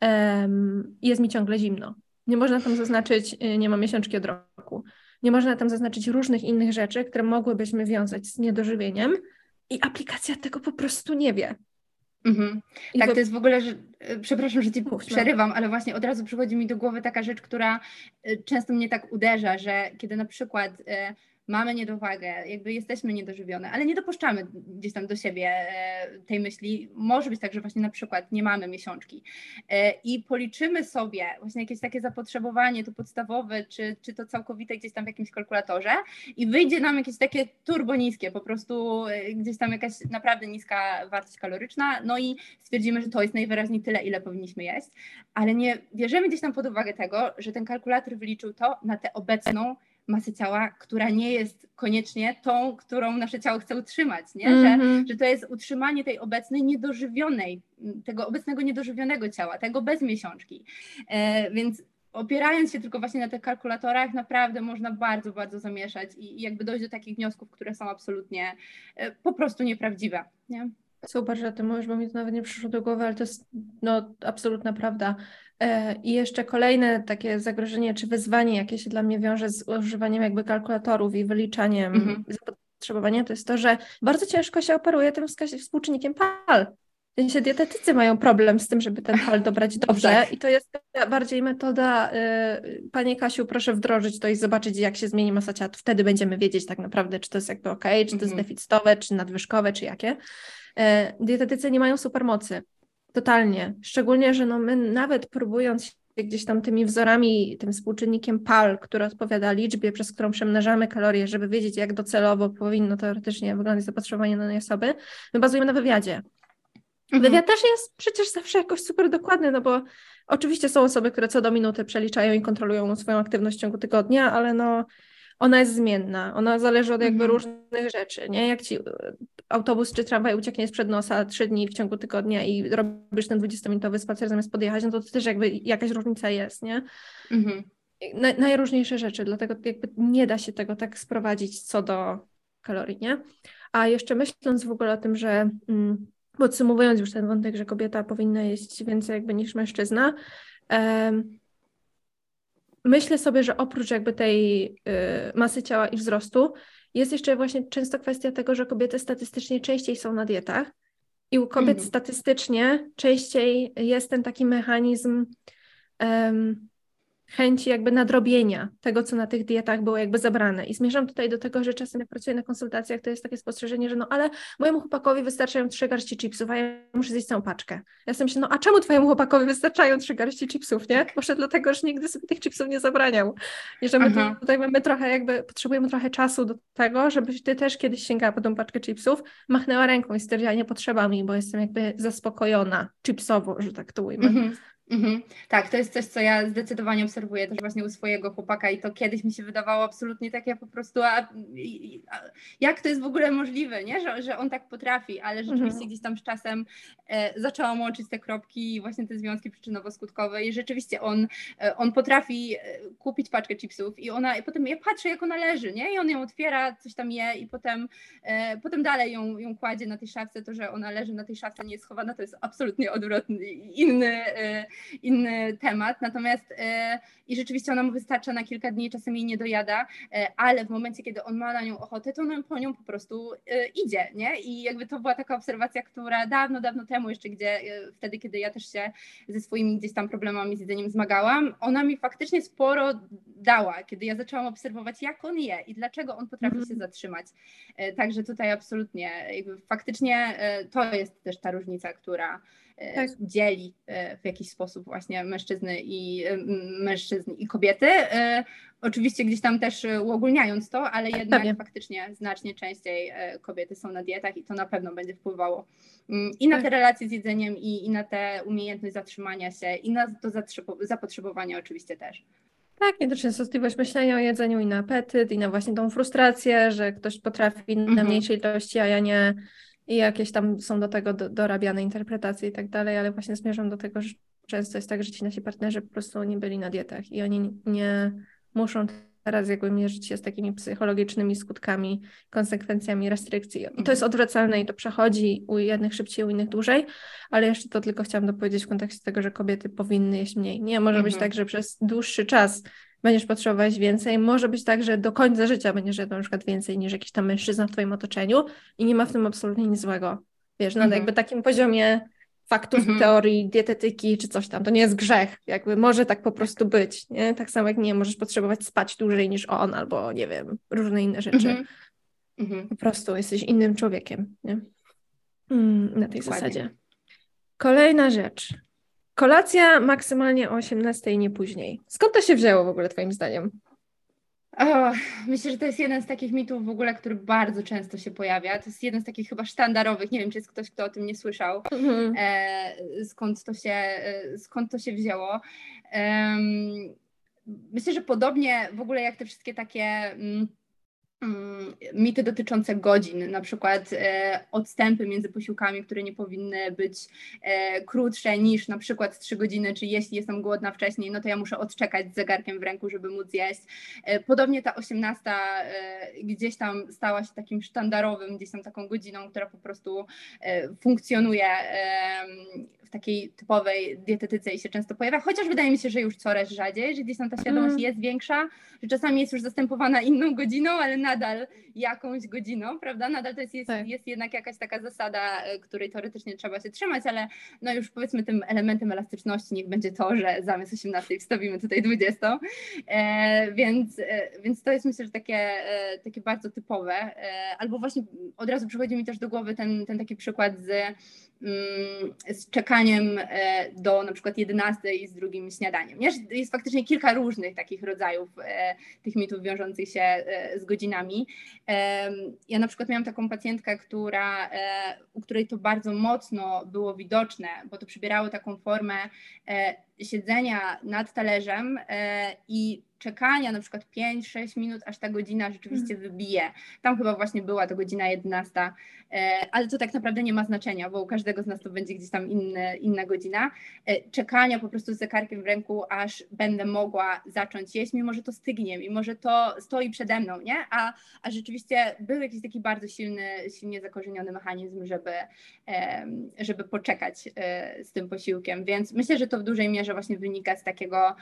um, jest mi ciągle zimno. Nie można tam zaznaczyć nie mam miesiączki od roku. Nie można tam zaznaczyć różnych innych rzeczy, które mogłybyśmy wiązać z niedożywieniem i aplikacja tego po prostu nie wie.
Mhm. Tak, to jest w ogóle, że, przepraszam, że Ci przerywam, ale właśnie od razu przychodzi mi do głowy taka rzecz, która często mnie tak uderza, że kiedy na przykład mamy niedowagę, jakby jesteśmy niedożywione, ale nie dopuszczamy gdzieś tam do siebie tej myśli. Może być tak, że właśnie na przykład nie mamy miesiączki i policzymy sobie właśnie jakieś takie zapotrzebowanie, to podstawowe, czy, czy to całkowite gdzieś tam w jakimś kalkulatorze i wyjdzie nam jakieś takie turbo niskie, po prostu gdzieś tam jakaś naprawdę niska wartość kaloryczna, no i stwierdzimy, że to jest najwyraźniej tyle, ile powinniśmy jeść, ale nie bierzemy gdzieś tam pod uwagę tego, że ten kalkulator wyliczył to na tę obecną masę ciała, która nie jest koniecznie tą, którą nasze ciało chce utrzymać, nie? Mm-hmm. Że, że to jest utrzymanie tej obecnej niedożywionej, tego obecnego niedożywionego ciała, tego bez miesiączki. E, więc opierając się tylko właśnie na tych kalkulatorach, naprawdę można bardzo, bardzo zamieszać i, i jakby dojść do takich wniosków, które są absolutnie e, po prostu nieprawdziwe, nie?
Super, że ty mówisz, bo mi to nawet nie przyszło do głowy, ale to jest no, absolutna prawda. I jeszcze kolejne takie zagrożenie czy wyzwanie, jakie się dla mnie wiąże z używaniem jakby kalkulatorów i wyliczaniem mhm. zapotrzebowania, to jest to, że bardzo ciężko się operuje tym współczynnikiem P A L. W sensie dietetycy mają problem z tym, żeby ten P A L dobrać dobrze tak. I to jest bardziej metoda, yy, Panie Kasiu, proszę wdrożyć to i zobaczyć, jak się zmieni masa ciała. Wtedy będziemy wiedzieć tak naprawdę, czy to jest jakby okej, okay, czy to jest mhm. deficytowe, czy nadwyżkowe, czy jakie. Yy, dietetycy nie mają supermocy. Totalnie. Szczególnie, że no my nawet próbując się gdzieś tam tymi wzorami, tym współczynnikiem P A L, który odpowiada liczbie, przez którą przemnażamy kalorie, żeby wiedzieć, jak docelowo powinno teoretycznie wyglądać zapotrzebowanie danej osoby, my bazujemy na wywiadzie. Mhm. Wywiad też jest przecież zawsze jakoś super dokładny, no bo oczywiście są osoby, które co do minuty przeliczają i kontrolują swoją aktywność w ciągu tygodnia, ale no ona jest zmienna, ona zależy od jakby mhm. różnych rzeczy, nie? Jak ci autobus czy tramwaj ucieknie sprzed nosa trzy dni w ciągu tygodnia i robisz ten dwudziestominutowy spacer zamiast podjechać, no to, to też jakby jakaś różnica jest, nie? Mhm. Na, najróżniejsze rzeczy, dlatego jakby nie da się tego tak sprowadzić co do kalorii, nie? A jeszcze myśląc w ogóle o tym, że mm, podsumowując już ten wątek, że kobieta powinna jeść więcej jakby niż mężczyzna, em, myślę sobie, że oprócz jakby tej y, masy ciała i wzrostu jest jeszcze właśnie często kwestia tego, że kobiety statystycznie częściej są na dietach i u kobiet mm. statystycznie częściej jest ten taki mechanizm um, chęci jakby nadrobienia tego, co na tych dietach było jakby zabrane. I zmierzam tutaj do tego, że czasem jak pracuję na konsultacjach, to jest takie spostrzeżenie, że no ale mojemu chłopakowi wystarczają trzy garści chipsów, a ja muszę zjeść całą paczkę. Ja sobie myślę, no a czemu twojemu chłopakowi wystarczają trzy garści chipsów, nie? Może dlatego, że nigdy sobie tych chipsów nie zabraniał. I że my Aha. tutaj mamy trochę jakby, potrzebujemy trochę czasu do tego, żebyś ty też kiedyś sięgała po tą paczkę chipsów, machnęła ręką i stwierdziła, nie potrzeba mi, bo jestem jakby zaspokojona chipsowo, że tak to ujmę. Mhm.
Mhm. Tak, to jest coś, co ja zdecydowanie obserwuję też właśnie u swojego chłopaka i to kiedyś mi się wydawało absolutnie takie po prostu, a, a, jak to jest w ogóle możliwe, nie? Że, że on tak potrafi, ale rzeczywiście mhm. gdzieś tam z czasem e, zaczęłam łączyć te kropki i właśnie te związki przyczynowo-skutkowe i rzeczywiście on, e, on potrafi kupić paczkę chipsów i ona, i potem ja patrzę, jak ona leży, nie? I on ją otwiera, coś tam je i potem, e, potem dalej ją, ją kładzie na tej szafce. To, że ona leży na tej szafce, nie jest schowana, to jest absolutnie odwrotny, inny e, inny temat, natomiast e, i rzeczywiście ona mu wystarcza na kilka dni, czasem jej nie dojada, e, ale w momencie, kiedy on ma na nią ochotę, to on po nią po prostu e, idzie, nie? I jakby to była taka obserwacja, która dawno, dawno temu jeszcze, gdzie e, wtedy, kiedy ja też się ze swoimi gdzieś tam problemami z jedzeniem zmagałam, ona mi faktycznie sporo dała, kiedy ja zaczęłam obserwować, jak on je i dlaczego on potrafi mm. się zatrzymać. E, także tutaj absolutnie jakby faktycznie e, to jest też ta różnica, która tak. dzieli w jakiś sposób właśnie mężczyzny i mężczyzn i kobiety. Oczywiście gdzieś tam też uogólniając to, ale jednak Pewnie. faktycznie znacznie częściej kobiety są na dietach i to na pewno będzie wpływało i na te relacje z jedzeniem i, i na tę umiejętność zatrzymania się i na to zapotrzebowanie oczywiście też.
Tak, i to częstotliwość myślenia o jedzeniu i na apetyt i na właśnie tą frustrację, że ktoś potrafi na mhm. mniejszej ilości, a ja nie. I jakieś tam są do tego do, dorabiane interpretacje i tak dalej, ale właśnie zmierzam do tego, że często jest tak, że ci nasi partnerzy po prostu nie byli na dietach i oni nie muszą teraz jakby mierzyć się z takimi psychologicznymi skutkami, konsekwencjami restrykcji. I to jest odwracalne i to przechodzi u jednych szybciej, u innych dłużej, ale jeszcze to tylko chciałam dopowiedzieć w kontekście tego, że kobiety powinny jeść mniej. Nie, może mhm. być tak, że przez dłuższy czas będziesz potrzebować więcej. Może być tak, że do końca życia będziesz jadł na przykład więcej niż jakiś tam mężczyzna w twoim otoczeniu i nie ma w tym absolutnie nic złego. Wiesz, na mhm. jakby takim poziomie faktów,
Mhm.
teorii, dietetyki czy coś tam. To nie jest grzech. Jakby może tak po prostu być, nie? Tak samo jak nie możesz potrzebować spać dłużej niż on albo nie wiem, różne inne rzeczy.
Mhm. Mhm.
Po prostu jesteś innym człowiekiem, nie? Mm, na tej
Dokładnie.
zasadzie. Kolejna rzecz. Kolacja maksymalnie o osiemnastej, nie później. Skąd to się wzięło w ogóle twoim zdaniem?
O, myślę, że to jest jeden z takich mitów w ogóle, który bardzo często się pojawia. To jest jeden z takich chyba sztandarowych. Nie wiem, czy jest ktoś, kto o tym nie słyszał.
Mhm.
E, skąd to się, e, skąd to się wzięło. Em, myślę, że podobnie w ogóle jak te wszystkie takie mm, mm, mity dotyczące godzin, na przykład e, odstępy między posiłkami, które nie powinny być e, krótsze niż na przykład trzy godziny, czy jeśli jestem głodna wcześniej, no to ja muszę odczekać z zegarkiem w ręku, żeby móc jeść. E, podobnie ta osiemnasta e, gdzieś tam stała się takim sztandarowym, gdzieś tam taką godziną, która po prostu e, funkcjonuje e, w takiej typowej dietetyce i się często pojawia, chociaż wydaje mi się, że już coraz rzadziej, że gdzieś tam ta świadomość
Mm.
jest większa, że czasami jest już zastępowana inną godziną, ale nadal jakąś godziną, prawda? Nadal to jest, jest,
Tak.
jest jednak jakaś taka zasada, której teoretycznie trzeba się trzymać, ale no już powiedzmy tym elementem elastyczności niech będzie to, że zamiast osiemnastej wstawimy tutaj dwudziestą, e, więc, e, więc to jest myślę, że takie, e, takie bardzo typowe, e, albo właśnie od razu przychodzi mi też do głowy ten, ten taki przykład z z czekaniem do na przykład jedenastej z drugim śniadaniem. Nie? Jest faktycznie kilka różnych takich rodzajów tych mitów wiążących się z godzinami. Ja na przykład miałam taką pacjentkę, która, u której to bardzo mocno było widoczne, bo to przybierało taką formę siedzenia nad talerzem i czekania na przykład pięć sześć minut, aż ta godzina rzeczywiście wybije. Tam chyba właśnie była to godzina jedenasta, ale to tak naprawdę nie ma znaczenia, bo u każdego z nas to będzie gdzieś tam inny, inna godzina. Czekania po prostu z zegarkiem w ręku, aż będę mogła zacząć jeść, mimo że to stygnie, mimo że to stoi przede mną, nie? A, a rzeczywiście był jakiś taki bardzo silny, silnie zakorzeniony mechanizm, żeby, żeby poczekać z tym posiłkiem, więc myślę, że to w dużej mierze właśnie wynika z takiego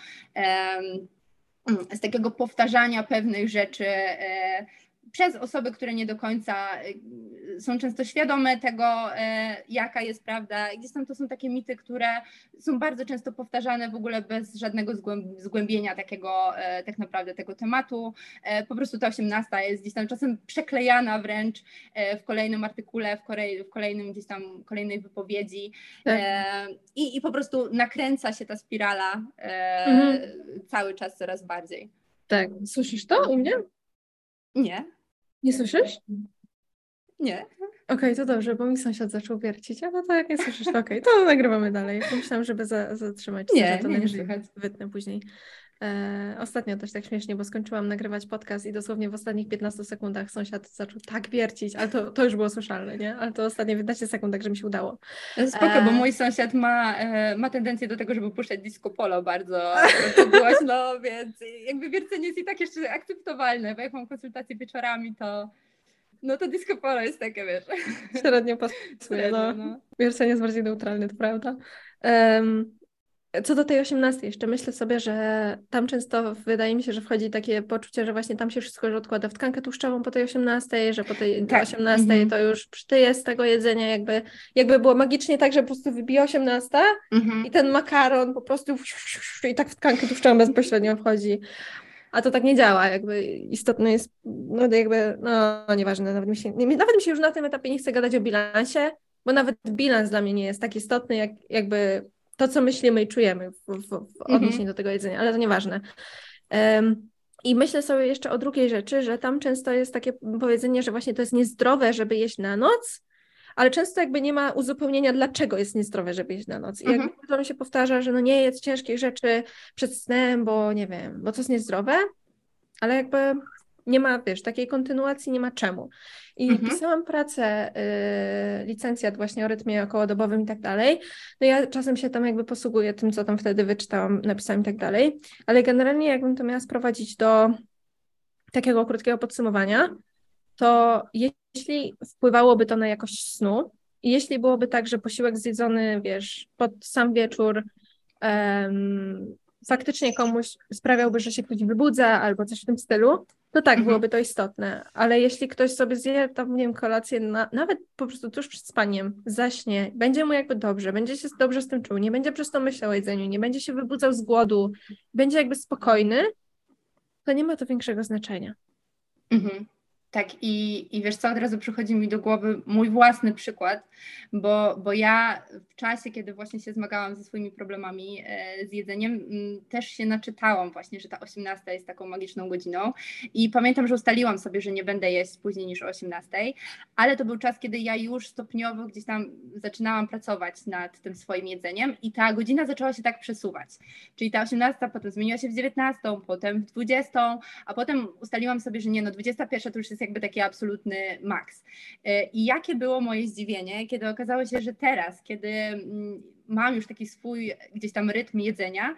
z takiego powtarzania pewnych rzeczy e, przez osoby, które nie do końca e, są często świadome tego, e, jaka jest prawda. Gdzieś tam to są takie mity, które są bardzo często powtarzane w ogóle bez żadnego zgłębienia takiego, e, tak naprawdę tego tematu. E, po prostu ta osiemnasta jest gdzieś tam czasem przeklejana wręcz e, w kolejnym artykule, w, kolej, w kolejnym gdzieś tam kolejnej wypowiedzi
Tak.
e, i, i po prostu nakręca się ta spirala e,
Mhm.
cały czas coraz bardziej.
Tak. Słyszysz to u mnie?
Nie.
Nie słyszysz?
Nie.
Okej, okay, to dobrze, bo mi sąsiad zaczął wiercić, ale to jak nie słyszysz, to okej, okay, to nagrywamy dalej. Myślałam, żeby za, zatrzymać.
Nie,
to
nie, nie słychać.
Wytnę później. E, ostatnio też tak śmiesznie, bo skończyłam nagrywać podcast i dosłownie w ostatnich piętnastu sekundach sąsiad zaczął tak wiercić, ale to, to już było słyszalne, nie? Ale to ostatnie piętnaście sekund, także mi się udało.
Spoko, bo mój sąsiad ma, ma tendencję do tego, żeby puszczać disco polo bardzo, bardzo głośno, więc jakby wiercenie jest i tak jeszcze akceptowalne, bo jak mam konsultacje wieczorami, to no to disco polo jest takie, wiesz.
Średnio pasuje, no. no. Wiercenie jest bardziej neutralne, to prawda. Um, Co do tej osiemnastej jeszcze, myślę sobie, że tam często wydaje mi się, że wchodzi takie poczucie, że właśnie tam się wszystko już odkłada w tkankę tłuszczową po tej osiemnastej, że po tej
tak.
osiemnastej mm-hmm. to już przytyje z tego jedzenia, jakby, jakby było magicznie tak, że po prostu wybije osiemnasta mm-hmm. i ten makaron po prostu i tak w tkankę tłuszczową bezpośrednio wchodzi. A to tak nie działa, jakby istotne jest, no jakby, no nieważne, nawet mi się, nawet mi się już na tym etapie nie chce gadać o bilansie, bo nawet bilans dla mnie nie jest tak istotny, jak jakby to, co myślimy i czujemy w, w, w odniesieniu mm-hmm. do tego jedzenia, ale to nieważne. Um, I myślę sobie jeszcze o drugiej rzeczy, że tam często jest takie powiedzenie, że właśnie to jest niezdrowe, żeby jeść na noc, ale często jakby nie ma uzupełnienia, dlaczego jest niezdrowe, żeby jeść na noc. I mm-hmm. jakby to mi się powtarza, że no nie jedz ciężkich rzeczy przed snem, bo nie wiem, bo to jest niezdrowe, ale jakby nie ma, wiesz, takiej kontynuacji, nie ma czemu. I mhm. pisałam pracę, y, licencjat właśnie o rytmie okołodobowym i tak dalej. No ja czasem się tam jakby posługuję tym, co tam wtedy wyczytałam, napisałam i tak dalej, ale generalnie jakbym to miała sprowadzić do takiego krótkiego podsumowania, to jeśli wpływałoby to na jakość snu i jeśli byłoby tak, że posiłek zjedzony, wiesz, pod sam wieczór um, faktycznie komuś sprawiałby, że się ktoś wybudza albo coś w tym stylu, No tak,
Mhm.
byłoby to istotne, ale jeśli ktoś sobie zje tam, nie wiem, kolację, na, nawet po prostu tuż przed spaniem, zaśnie, będzie mu jakby dobrze, będzie się dobrze z tym czuł, nie będzie przez to myślał o jedzeniu, nie będzie się wybudzał z głodu, będzie jakby spokojny, to nie ma to większego znaczenia.
Mhm. Tak, i, i wiesz co, od razu przychodzi mi do głowy mój własny przykład, bo, bo ja w czasie, kiedy właśnie się zmagałam ze swoimi problemami e, z jedzeniem, m, też się naczytałam właśnie, że ta osiemnasta jest taką magiczną godziną i pamiętam, że ustaliłam sobie, że nie będę jeść później niż o osiemnastej, ale to był czas, kiedy ja już stopniowo gdzieś tam zaczynałam pracować nad tym swoim jedzeniem i ta godzina zaczęła się tak przesuwać, czyli ta osiemnasta potem zmieniła się w dziewiętnastą, potem w dwudziestą, a potem ustaliłam sobie, że nie, no dwudziesta pierwsza to już jest jakby taki absolutny maks. I jakie było moje zdziwienie, kiedy okazało się, że teraz, kiedy mam już taki swój gdzieś tam rytm jedzenia,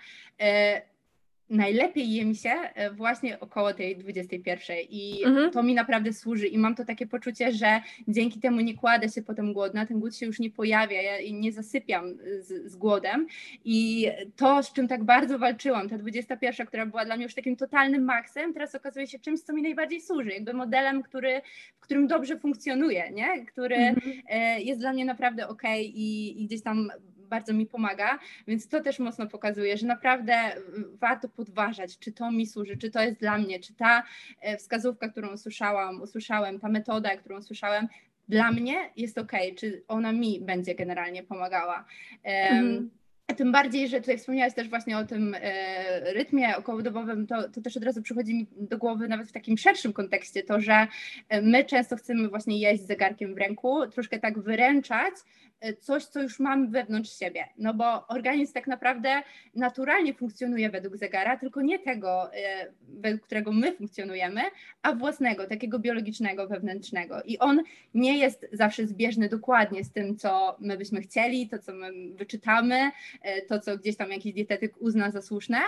najlepiej je mi się właśnie około tej dwudziestej pierwszej i
Mhm.
to mi naprawdę służy i mam to takie poczucie, że dzięki temu nie kładę się potem głodna, ten głód się już nie pojawia, ja nie zasypiam z, z głodem i to, z czym tak bardzo walczyłam, ta dwudziesta pierwsza, która była dla mnie już takim totalnym maksem, teraz okazuje się czymś, co mi najbardziej służy, jakby modelem, który, w którym dobrze funkcjonuje, nie? Który
Mhm.
jest dla mnie naprawdę okej i, i gdzieś tam bardzo mi pomaga, więc to też mocno pokazuje, że naprawdę warto podważać, czy to mi służy, czy to jest dla mnie, czy ta wskazówka, którą usłyszałam, usłyszałem, ta metoda, którą usłyszałem, dla mnie jest okej, czy ona mi będzie generalnie pomagała.
Mhm.
A tym bardziej, że tutaj wspomniałaś też właśnie o tym e, rytmie okołodobowym, to, to też od razu przychodzi mi do głowy nawet w takim szerszym kontekście to, że my często chcemy właśnie jeść z zegarkiem w ręku, troszkę tak wyręczać coś, co już mamy wewnątrz siebie, no bo organizm tak naprawdę naturalnie funkcjonuje według zegara, tylko nie tego, e, według którego my funkcjonujemy, a własnego, takiego biologicznego, wewnętrznego i on nie jest zawsze zbieżny dokładnie z tym, co my byśmy chcieli, to, co my wyczytamy, to, co gdzieś tam jakiś dietetyk uzna za słuszne,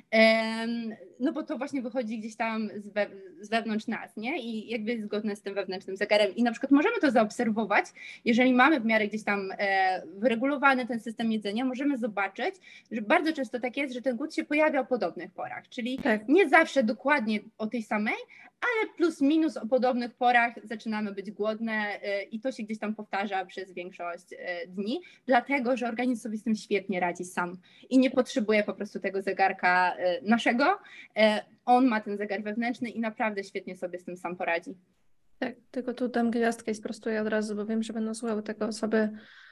no bo to właśnie wychodzi gdzieś tam z, we, z wewnątrz nas, nie? I jakby jest zgodne z tym wewnętrznym zegarem. I na przykład możemy to zaobserwować, jeżeli mamy w miarę gdzieś tam wyregulowany ten system jedzenia, możemy zobaczyć, że bardzo często tak jest, że ten głód się pojawia o podobnych porach, czyli
Tak.
nie zawsze dokładnie o tej samej, ale plus minus o podobnych porach zaczynamy być głodne i to się gdzieś tam powtarza przez większość dni, dlatego, że organizm sobie z tym świetnie radzi sam i nie potrzebuje po prostu tego zegarka naszego. On ma ten zegar wewnętrzny i naprawdę świetnie sobie z tym sam poradzi.
Tak, tylko tu dam gwiazdkę i sprostuję od razu, bo wiem, że będą słuchały tego osoby,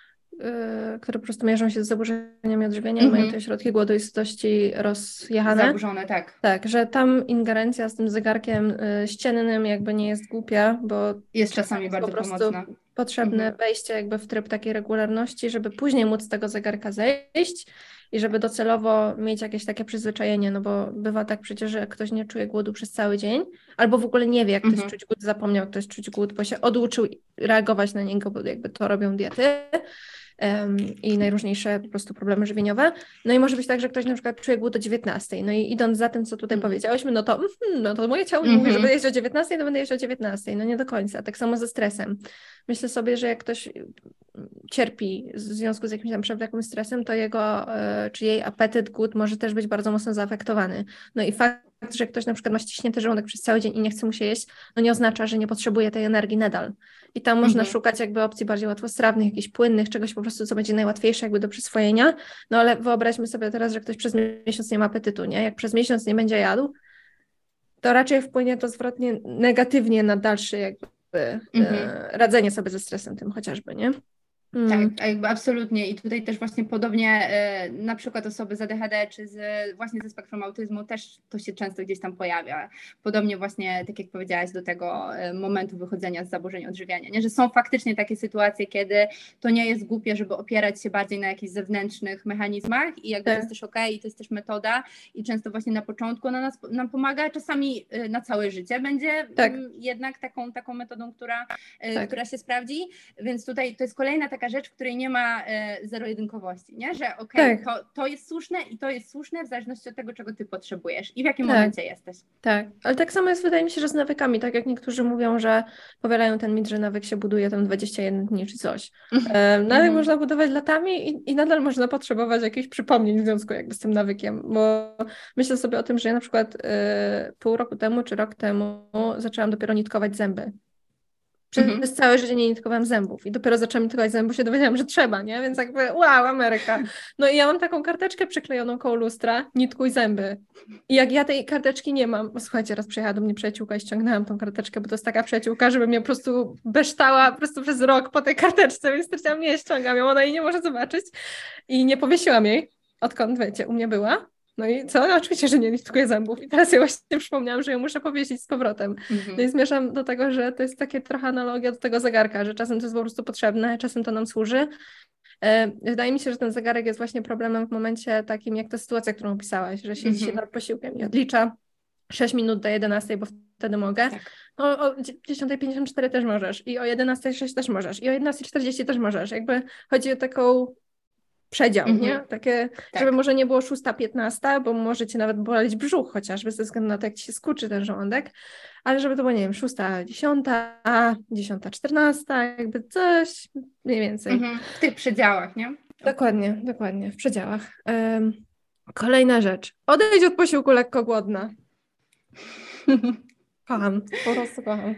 yy, które po prostu mierzą się z zaburzeniami odżywiania i
Mhm.
mają te środki głodu i sytości rozjechane.
Zaburzone, tak.
Tak, że tam ingerencja z tym zegarkiem y, ściennym jakby nie jest głupia, bo
jest czasami
jest
bardzo
po prostu
pomocna.
potrzebne
Mhm.
wejście jakby w tryb takiej regularności, żeby później móc z tego zegarka zejść i żeby docelowo mieć jakieś takie przyzwyczajenie, no bo bywa tak przecież, że ktoś nie czuje głodu przez cały dzień, albo w ogóle nie wie, jak
Mhm.
ktoś czuć głód, zapomniał, jak ktoś czuć głód, bo się oduczył reagować na niego, bo jakby to robią diety. Um, i najróżniejsze po prostu problemy żywieniowe. No i może być tak, że ktoś na przykład czuje głód o dziewiętnastej. No i idąc za tym, co tutaj
Mhm.
powiedziałyśmy, no to, no to moje ciało mi
Mhm.
mówi, że będę jeść o dziewiętnastej, to będę jeść o dziewiętnastej. No nie do końca. Tak samo ze stresem. Myślę sobie, że jak ktoś cierpi w związku z jakimś tam przewlekłym stresem, to jego czy jej apetyt, głód może też być bardzo mocno zaafektowany. No i fakt, że ktoś na przykład ma ściśnięty żołądek przez cały dzień i nie chce mu się jeść, no nie oznacza, że nie potrzebuje tej energii nadal. I tam można
Mhm.
szukać jakby opcji bardziej łatwostrawnych, jakichś płynnych, czegoś po prostu, co będzie najłatwiejsze jakby do przyswojenia. No ale wyobraźmy sobie teraz, że ktoś przez miesiąc nie ma apetytu, nie? Jak przez miesiąc nie będzie jadł, to raczej wpłynie to zwrotnie negatywnie na dalsze jakby
Mhm.
e, radzenie sobie ze stresem tym chociażby, nie?
Tak, jakby absolutnie i tutaj też właśnie podobnie y, na przykład osoby z A D H D czy z, właśnie ze spektrum autyzmu też to się często gdzieś tam pojawia. Podobnie właśnie, tak jak powiedziałaś, do tego y, momentu wychodzenia z zaburzeń odżywiania, nie? Że są faktycznie takie sytuacje, kiedy to nie jest głupie, żeby opierać się bardziej na jakichś zewnętrznych mechanizmach i jakby
Tak.
to jest też okej, okay, i to jest też metoda i często właśnie na początku ona nas, nam pomaga, czasami y, na całe życie będzie
tak.
y, jednak taką, taką metodą, która, y,
tak.
która się sprawdzi, więc tutaj to jest kolejna taka taka rzecz, w której nie ma e, zero-jedynkowości, nie? Że okej, okay,
tak.
to, to jest słuszne i to jest słuszne w zależności od tego, czego ty potrzebujesz i w jakim
tak.
momencie jesteś.
Tak, ale tak samo jest, wydaje mi się, że z nawykami, tak jak niektórzy mówią, że powielają ten mit, że nawyk się buduje tam dwadzieścia jeden dni czy coś. E, nawyk mm-hmm. można budować latami i, i nadal można potrzebować jakichś przypomnień w związku jakby z tym nawykiem, bo myślę sobie o tym, że ja na przykład e, pół roku temu czy rok temu zaczęłam dopiero nitkować zęby. Przez mm-hmm. całe życie nie nitkowałam zębów i dopiero zaczęłam nitkować zęby, bo się dowiedziałam, że trzeba, nie? Więc jakby wow, Ameryka. No i ja mam taką karteczkę przyklejoną koło lustra, nitkuj zęby. I jak ja tej karteczki nie mam, słuchajcie, raz przyjechała do mnie przyjaciółka i ściągnęłam tą karteczkę, bo to jest taka przyjaciółka, żeby mnie po prostu beształa po prostu przez rok po tej karteczce, więc stwierdziłam, nie, ściągam ją, ona jej nie może zobaczyć i nie powiesiłam jej, odkąd, wiecie, u mnie była. No i co? No, oczywiście, że nie nitkuję zębów. I teraz ja właśnie przypomniałam, że ją muszę powiesić z powrotem. Mm-hmm. No i zmierzam do tego, że to jest takie trochę analogia do tego zegarka, że czasem to jest po prostu potrzebne, czasem to nam służy. E, wydaje mi się, że ten zegarek jest właśnie problemem w momencie takim, jak ta sytuacja, którą opisałaś, że siedzi mm-hmm. się nad posiłkiem i odlicza sześć minut do jedenastej, bo wtedy mogę. Tak. O, o dziesiąta pięćdziesiąt cztery też możesz i o jedenasta sześć też możesz i o jedenasta czterdzieści też możesz. Jakby chodzi o taką przedział, mm-hmm. nie? Takie, tak. żeby może nie było szósta piętnasta, bo może cię nawet boleć brzuch chociażby ze względu na to, jak ci się skurczy ten żołądek, ale żeby to było, nie wiem, szósta dziesiąta, dziesiąta czternasta, jakby coś mniej więcej.
Mm-hmm. W tych przedziałach, nie?
Dokładnie, dokładnie, w przedziałach. Um, kolejna rzecz. Odejdź od posiłku lekko głodna. Kocham, po prostu kocham.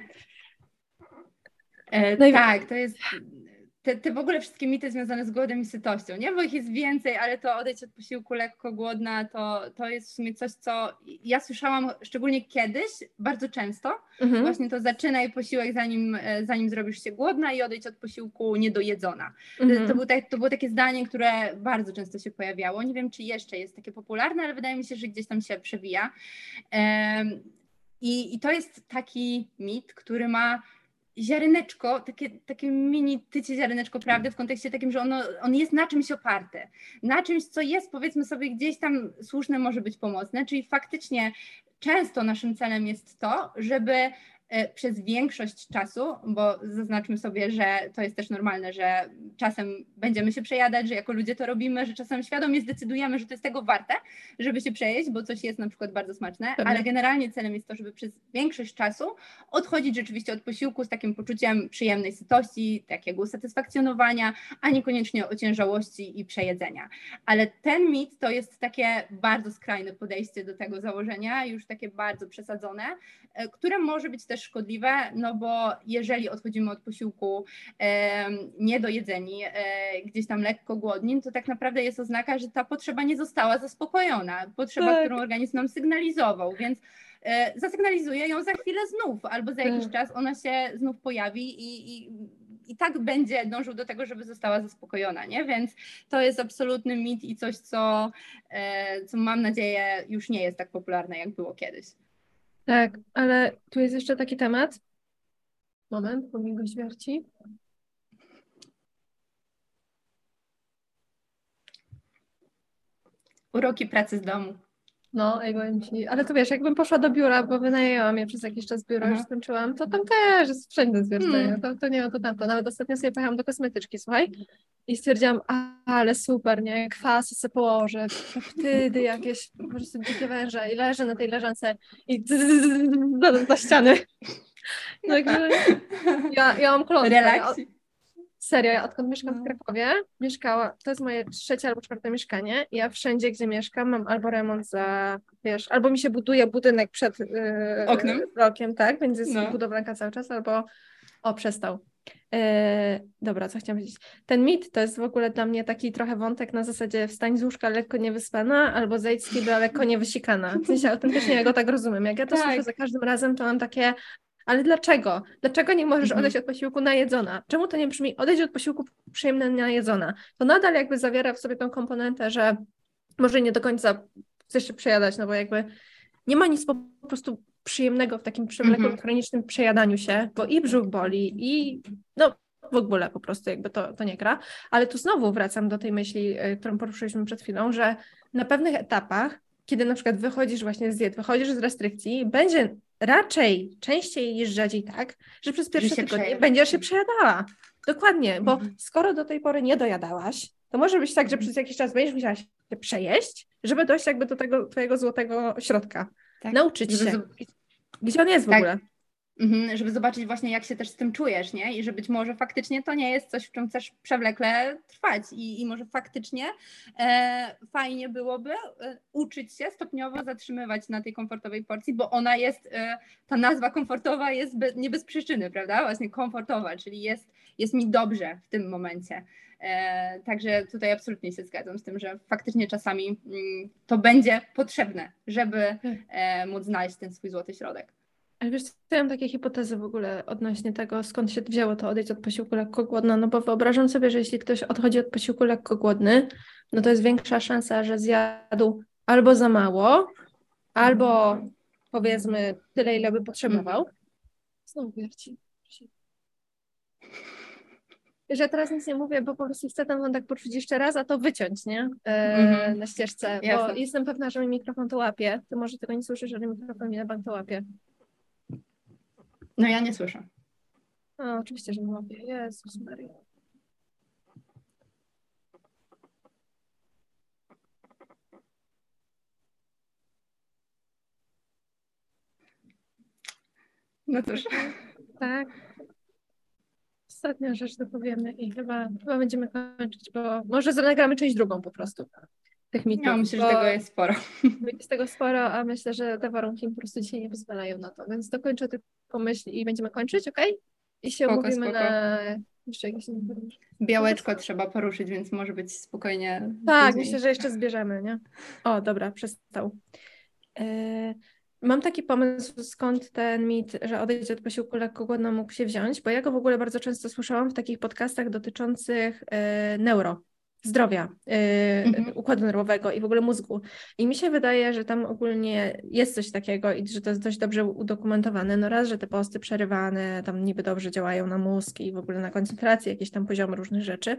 E, no i... Tak, to jest... Te, te w ogóle wszystkie mity związane z głodem i sytością, nie? Bo ich jest więcej, ale to odejść od posiłku lekko głodna, to, to jest w sumie coś, co ja słyszałam szczególnie kiedyś, bardzo często. Mhm. Właśnie to zaczynaj posiłek zanim, zanim zrobisz się głodna i odejdź od posiłku niedojedzona. Mhm. To, był tak, to było takie zdanie, które bardzo często się pojawiało. Nie wiem, czy jeszcze jest takie popularne, ale wydaje mi się, że gdzieś tam się przewija. Um, i, I to jest taki mit, który ma ziareneczko, takie, takie mini tycie ziareneczko prawdy w kontekście takim, że ono, on jest na czymś oparty, na czymś, co jest, powiedzmy sobie, gdzieś tam słuszne, może być pomocne, czyli faktycznie często naszym celem jest to, żeby przez większość czasu, bo zaznaczmy sobie, że to jest też normalne, że czasem będziemy się przejadać, że jako ludzie to robimy, że czasem świadomie zdecydujemy, że to jest tego warte, żeby się przejeść, bo coś jest na przykład bardzo smaczne, Pewnie. ale generalnie celem jest to, żeby przez większość czasu odchodzić rzeczywiście od posiłku z takim poczuciem przyjemnej sytości, takiego usatysfakcjonowania, a niekoniecznie ociężałości i przejedzenia. Ale ten mit to jest takie bardzo skrajne podejście do tego założenia, już takie bardzo przesadzone, które może być też szkodliwe, no bo jeżeli odchodzimy od posiłku e, niedojedzeni, e, gdzieś tam lekko głodni, to tak naprawdę jest oznaka, że ta potrzeba nie została zaspokojona, potrzeba, tak. którą organizm nam sygnalizował, więc e, zasygnalizuje ją za chwilę znów, albo za jakiś tak. czas ona się znów pojawi i, i i tak będzie dążył do tego, żeby została zaspokojona, nie? Więc to jest absolutny mit i coś, co, e, co mam nadzieję już nie jest tak popularne, jak było kiedyś.
Tak, ale tu jest jeszcze taki temat. Moment, bo mi go wierci.
Uroki pracy z domu.
No, ej, powiem ci, ale to wiesz, jakbym poszła do biura, bo wynajęłam je przez jakiś czas biuro, już skończyłam, to tam też jest wszędzie zwierdzenie, hmm. to, to nie o to tamto. Nawet ostatnio sobie pojechałam do kosmetyczki, słuchaj, i stwierdziłam, a, ale super, nie, kwasy sobie położę, peptydy jakieś, po prostu dzikie węże i leżę na tej leżance i do, do ściany. Także ja, ja mam klątwę.
Relaksji.
Serio, ja odkąd mieszkam w Krakowie, mieszkała, to jest moje trzecie albo czwarte mieszkanie i ja wszędzie, gdzie mieszkam, mam albo remont za, wiesz, albo mi się buduje budynek przed yy,
oknem,
blokiem, tak, więc jest
no.
budowlanka cały czas, albo o, przestał. Yy, dobra, co chciałam powiedzieć? Ten mit to jest w ogóle dla mnie taki trochę wątek na zasadzie wstań z łóżka lekko niewyspana, albo zejdź z kibla lekko niewysikana. W sensie autentycznie ja go tak rozumiem. Jak ja to tak. słyszę za każdym razem, to mam takie... Ale dlaczego? Dlaczego nie możesz mhm. odejść od posiłku najedzona? Czemu to nie brzmi odejść od posiłku przyjemnie najedzona? To nadal jakby zawiera w sobie tą komponentę, że może nie do końca chcesz się przejadać, no bo jakby nie ma nic po prostu przyjemnego w takim przewlekłym, mhm. chronicznym przejadaniu się, bo i brzuch boli i no w ogóle po prostu jakby to, to nie gra. Ale tu znowu wracam do tej myśli, którą poruszyliśmy przed chwilą, że na pewnych etapach, kiedy na przykład wychodzisz właśnie z diet, wychodzisz z restrykcji, będzie raczej częściej niż rzadziej tak, że przez pierwsze tygodnie będziesz się przejadała. dokładnie, bo
Mhm.
skoro do tej pory nie dojadałaś, to może być tak, że przez jakiś czas będziesz musiała się przejeść, żeby dojść jakby do tego twojego złotego środka.
Tak,
Nauczyć
żeby
się.
zob-
Gdzie on jest w
tak.
ogóle?
Mhm, żeby zobaczyć właśnie, jak się też z tym czujesz, nie? I że być może faktycznie to nie jest coś, w czym chcesz przewlekle trwać i, i może faktycznie e, fajnie byłoby e, uczyć się stopniowo zatrzymywać na tej komfortowej porcji, bo ona jest, e, ta nazwa komfortowa jest be, nie bez przyczyny, prawda? Właśnie komfortowa, czyli jest, jest mi dobrze w tym momencie. E, także tutaj absolutnie się zgadzam z tym, że faktycznie czasami mm, to będzie potrzebne, żeby e, móc znaleźć ten swój złoty środek.
Ale wiesz, co, ja mam takie hipotezy w ogóle odnośnie tego, skąd się wzięło to odejść od posiłku lekko głodna, no bo wyobrażam sobie, że jeśli ktoś odchodzi od posiłku lekko głodny, no to jest większa szansa, że zjadł albo za mało, albo powiedzmy tyle, ile by potrzebował. Znowu wierci. Że ja teraz nic nie mówię, bo po prostu chcę ten wątek poczuć jeszcze raz, a to wyciąć, nie? E,
Mhm.
na ścieżce, bo
Jasne.
jestem pewna, że mi mikrofon to łapie. Ty może tego nie słyszysz, ale mikrofon mi na bank to łapie.
No ja nie słyszę.
No, oczywiście, że nie łapie. Jezus Maria.
No cóż.
Tak. Ostatnia rzecz dopowiemy i chyba, chyba będziemy kończyć, bo może nagramy część drugą po prostu tych mitów.
Ja myślę,
bo
że tego jest sporo.
jest tego sporo, a myślę, że te warunki po prostu dzisiaj nie pozwalają na to, więc dokończę tylko myśl i będziemy kończyć, okej? Okay? I się
Spoko,
umówimy
spoko.
na jeszcze jakieś inne.
Białeczko trzeba poruszyć, więc może być spokojnie.
Tak,
później.
myślę, że jeszcze zbierzemy, nie? O, dobra, przestał. Yy, mam taki pomysł, skąd ten mit, że odejść od posiłku lekko głodna mógł się wziąć, bo ja go w ogóle bardzo często słyszałam w takich podcastach dotyczących yy, neuro, zdrowia, yy,
Mhm.
układu nerwowego i w ogóle mózgu. I mi się wydaje, że tam ogólnie jest coś takiego i że to jest dość dobrze udokumentowane. No raz, że te posty przerywane tam niby dobrze działają na mózg i w ogóle na koncentrację, jakieś tam poziomy różnych rzeczy.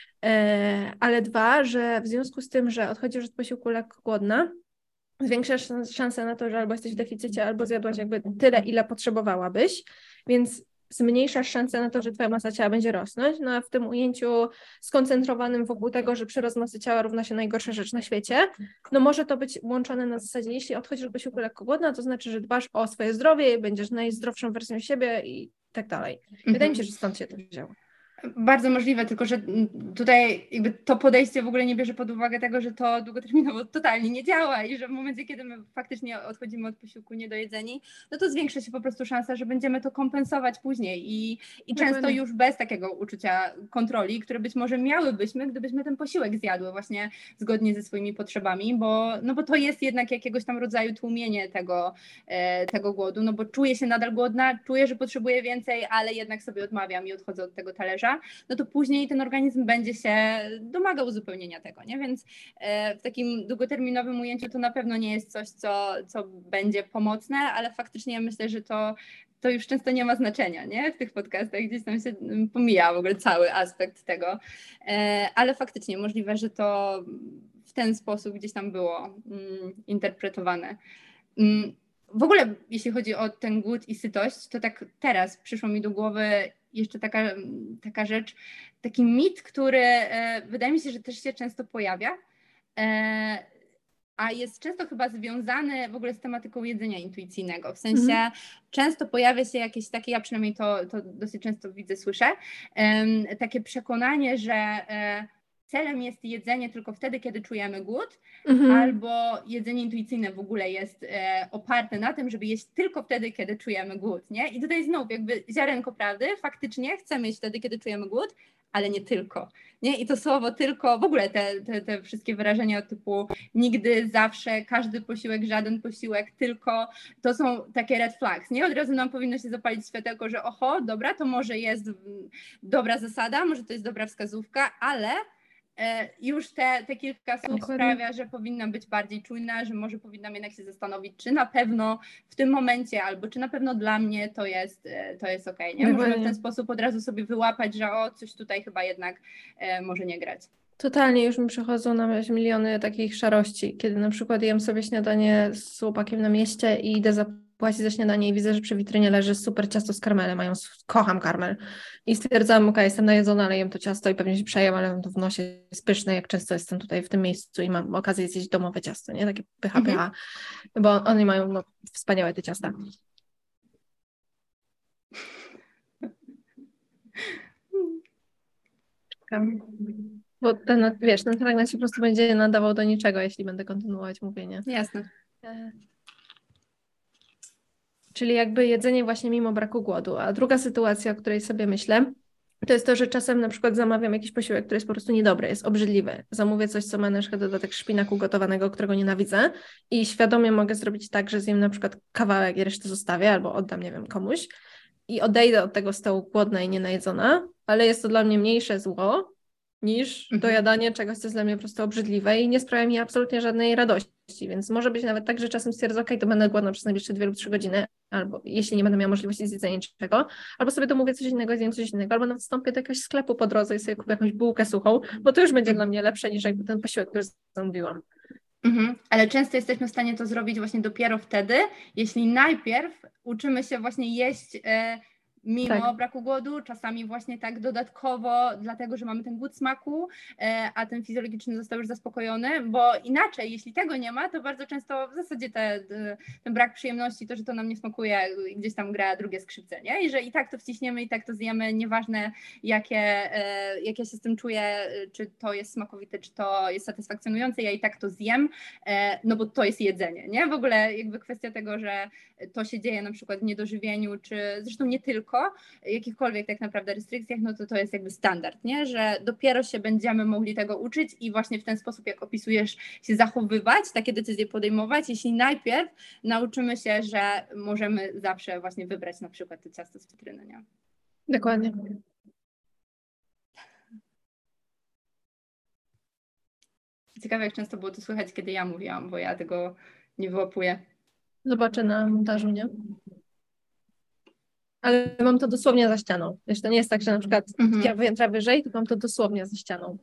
Ale dwa, że w związku z tym, że odchodzisz od posiłku lekko głodna, zwiększasz szansę na to, że albo jesteś w deficycie, albo zjadłaś jakby tyle, ile potrzebowałabyś, więc zmniejszasz szansę na to, że twoja masa ciała będzie rosnąć, no a w tym ujęciu skoncentrowanym wokół tego, że przyrost masy ciała równa się najgorsza rzecz na świecie, no może to być łączone na zasadzie, jeśli odchodzisz od posiłku lekko głodna, to znaczy, że dbasz o swoje zdrowie, będziesz najzdrowszą wersją siebie i tak dalej. Wydaje
Mhm.
mi się, że stąd się to wzięło.
Bardzo możliwe, tylko że tutaj jakby to podejście w ogóle nie bierze pod uwagę tego, że to długoterminowo totalnie nie działa i że w momencie, kiedy my faktycznie odchodzimy od posiłku niedojedzeni, no to zwiększa się po prostu szansa, że będziemy to kompensować później i, i często już bez takiego uczucia kontroli, które być może miałybyśmy, gdybyśmy ten posiłek zjadły właśnie zgodnie ze swoimi potrzebami, bo, no bo to jest jednak jakiegoś tam rodzaju tłumienie tego, e, tego głodu, no bo czuję się nadal głodna, czuję, że potrzebuję więcej, ale jednak sobie odmawiam i odchodzę od tego talerza, no to później ten organizm będzie się domagał uzupełnienia tego, nie? Więc w takim długoterminowym ujęciu to na pewno nie jest coś, co, co będzie pomocne, ale faktycznie myślę, że to, to już często nie ma znaczenia, nie? W tych podcastach gdzieś tam się pomija w ogóle cały aspekt tego, ale faktycznie możliwe, że to w ten sposób gdzieś tam było interpretowane. W ogóle, jeśli chodzi o ten głód i sytość, to tak teraz przyszło mi do głowy jeszcze taka, taka rzecz, taki mit, który e, wydaje mi się, że też się często pojawia, e, a jest często chyba związany w ogóle z tematyką jedzenia intuicyjnego. W sensie mhm. często pojawia się jakieś takie, ja przynajmniej to, to dosyć często widzę, słyszę, e, takie przekonanie, że e, celem jest jedzenie tylko wtedy, kiedy czujemy głód, mhm. albo jedzenie intuicyjne w ogóle jest e, oparte na tym, żeby jeść tylko wtedy, kiedy czujemy głód, nie? I tutaj znów jakby ziarenko prawdy, faktycznie chcemy jeść wtedy, kiedy czujemy głód, ale nie tylko, nie? I to słowo tylko, w ogóle te, te, te wszystkie wyrażenia typu nigdy, zawsze, każdy posiłek, żaden posiłek, tylko, to są takie red flags, nie? Od razu nam powinno się zapalić światełko, że oho, dobra, to może jest dobra zasada, może to jest dobra wskazówka, ale już te, te kilka słów Dokładnie. sprawia, że powinnam być bardziej czujna, że może powinnam jednak się zastanowić, czy na pewno w tym momencie, albo czy na pewno dla mnie to jest, to jest okej, nie? Możemy w ten sposób od razu sobie wyłapać, że o, coś tutaj chyba jednak e, może nie grać.
Totalnie, już mi przychodzą na myśl miliony takich szarości, kiedy na przykład jem sobie śniadanie z chłopakiem na mieście i idę za płaci za śniadanie i widzę, że przy witrynie leży super ciasto z karmelem, mają, kocham karmel i stwierdzam, ok, jestem najedzona, ale jem to ciasto i pewnie się przejem, ale mam to w nosie, jest pyszne, jak często jestem tutaj w tym miejscu i mam okazję zjeść domowe ciasto, nie? Takie pycha,
Mhm.
pycha, bo oni mają no, wspaniałe te ciasta. Bo ten, wiesz, ten fragment się po prostu będzie nadawał do niczego, jeśli będę kontynuować mówienie.
Jasne.
Czyli jakby jedzenie właśnie mimo braku głodu. A druga sytuacja, o której sobie myślę, to jest to, że czasem na przykład zamawiam jakiś posiłek, który jest po prostu niedobry, jest obrzydliwy. Zamówię coś, co ma na przykład dodatek szpinaku gotowanego, którego nienawidzę i świadomie mogę zrobić tak, że zjem na przykład kawałek i resztę zostawię albo oddam, nie wiem, komuś i odejdę od tego stołu głodna i nienajedzona, ale jest to dla mnie mniejsze zło niż
Mhm.
dojadanie czegoś, co jest dla mnie po prostu obrzydliwe i nie sprawia mi absolutnie żadnej radości, więc może być nawet tak, że czasem stwierdzę, ok, to będę głodna przez najbliższe dwie lub trzy godziny, albo jeśli nie będę miała możliwości zjedzenia niczego, albo sobie domówię coś innego, zjem coś innego, albo nawet wstąpię do jakiegoś sklepu po drodze i sobie kupię jakąś bułkę suchą, bo to już będzie dla mnie lepsze niż jakby ten posiłek, który zamówiłam.
Mhm. Ale często jesteśmy w stanie to zrobić właśnie dopiero wtedy, jeśli najpierw uczymy się właśnie jeść e, mimo
Tak.
braku głodu, czasami właśnie tak dodatkowo, dlatego że mamy ten głód smaku, e, a ten fizjologiczny został już zaspokojony, bo inaczej, jeśli tego nie ma, to bardzo często w zasadzie te, te, ten brak przyjemności, to, że to nam nie smakuje, gdzieś tam gra drugie skrzypce, nie? I że i tak to wciśniemy, i tak to zjemy, nieważne jakie, e, jak ja się z tym czuję, czy to jest smakowite, czy to jest satysfakcjonujące, ja i tak to zjem, e, no bo to jest jedzenie, nie? W ogóle jakby kwestia tego, że to się dzieje na przykład w niedożywieniu, czy zresztą nie tylko, jakichkolwiek tak naprawdę restrykcjach, no to to jest jakby standard, nie? Że dopiero się będziemy mogli tego uczyć i właśnie w ten sposób, jak opisujesz, się zachowywać, takie decyzje podejmować, jeśli najpierw nauczymy się, że możemy zawsze właśnie wybrać na przykład to ciasto z witryny, nie?
Dokładnie.
Ciekawe, jak często było to słychać, kiedy ja mówiłam, bo ja tego nie wyłapuję.
Zobaczę na montażu, nie? Ale mam to dosłownie za ścianą. Wiesz, to nie jest tak, że na przykład
Mhm.
ja wyjętra wyżej, tylko mam to dosłownie za ścianą.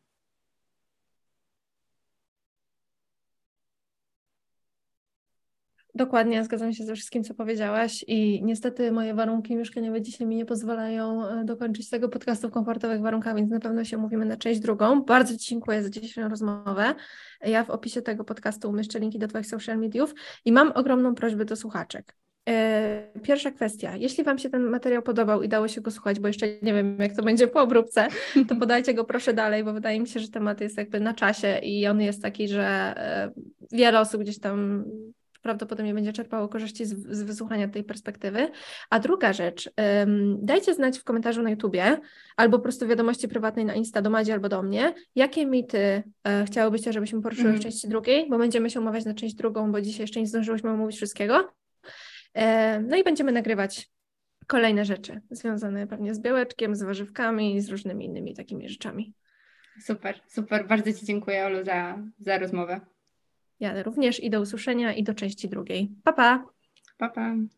Dokładnie, zgadzam się ze wszystkim, co powiedziałaś i niestety moje warunki mieszkaniowe dzisiaj mi nie pozwalają e, dokończyć tego podcastu w komfortowych warunkach, więc na pewno się umówimy na część drugą. Bardzo Ci dziękuję za dzisiejszą rozmowę. Ja w opisie tego podcastu umieszczę linki do Twoich social mediów i mam ogromną prośbę do słuchaczek. E, Pierwsza kwestia, jeśli Wam się ten materiał podobał i dało się go słuchać, bo jeszcze nie wiem, jak to będzie po obróbce, to podajcie go proszę dalej, bo wydaje mi się, że temat jest jakby na czasie i on jest taki, że e, wiele osób gdzieś tam prawdopodobnie będzie czerpało korzyści z, z wysłuchania tej perspektywy. A druga rzecz, um, dajcie znać w komentarzu na YouTubie albo po prostu wiadomości prywatnej na Insta do Madzi albo do mnie, jakie mity e, chciałybyście, żebyśmy poruszyły
Mhm.
w części drugiej, bo będziemy się umawiać na część drugą, bo dzisiaj jeszcze nie zdążyłyśmy omówić wszystkiego. E, no i będziemy nagrywać kolejne rzeczy związane pewnie z białeczkiem, z warzywkami i z różnymi innymi takimi rzeczami.
Super, super. Bardzo Ci dziękuję, Olu, za, za rozmowę.
Ja również i do usłyszenia i do części drugiej. Pa, pa!
Pa, pa.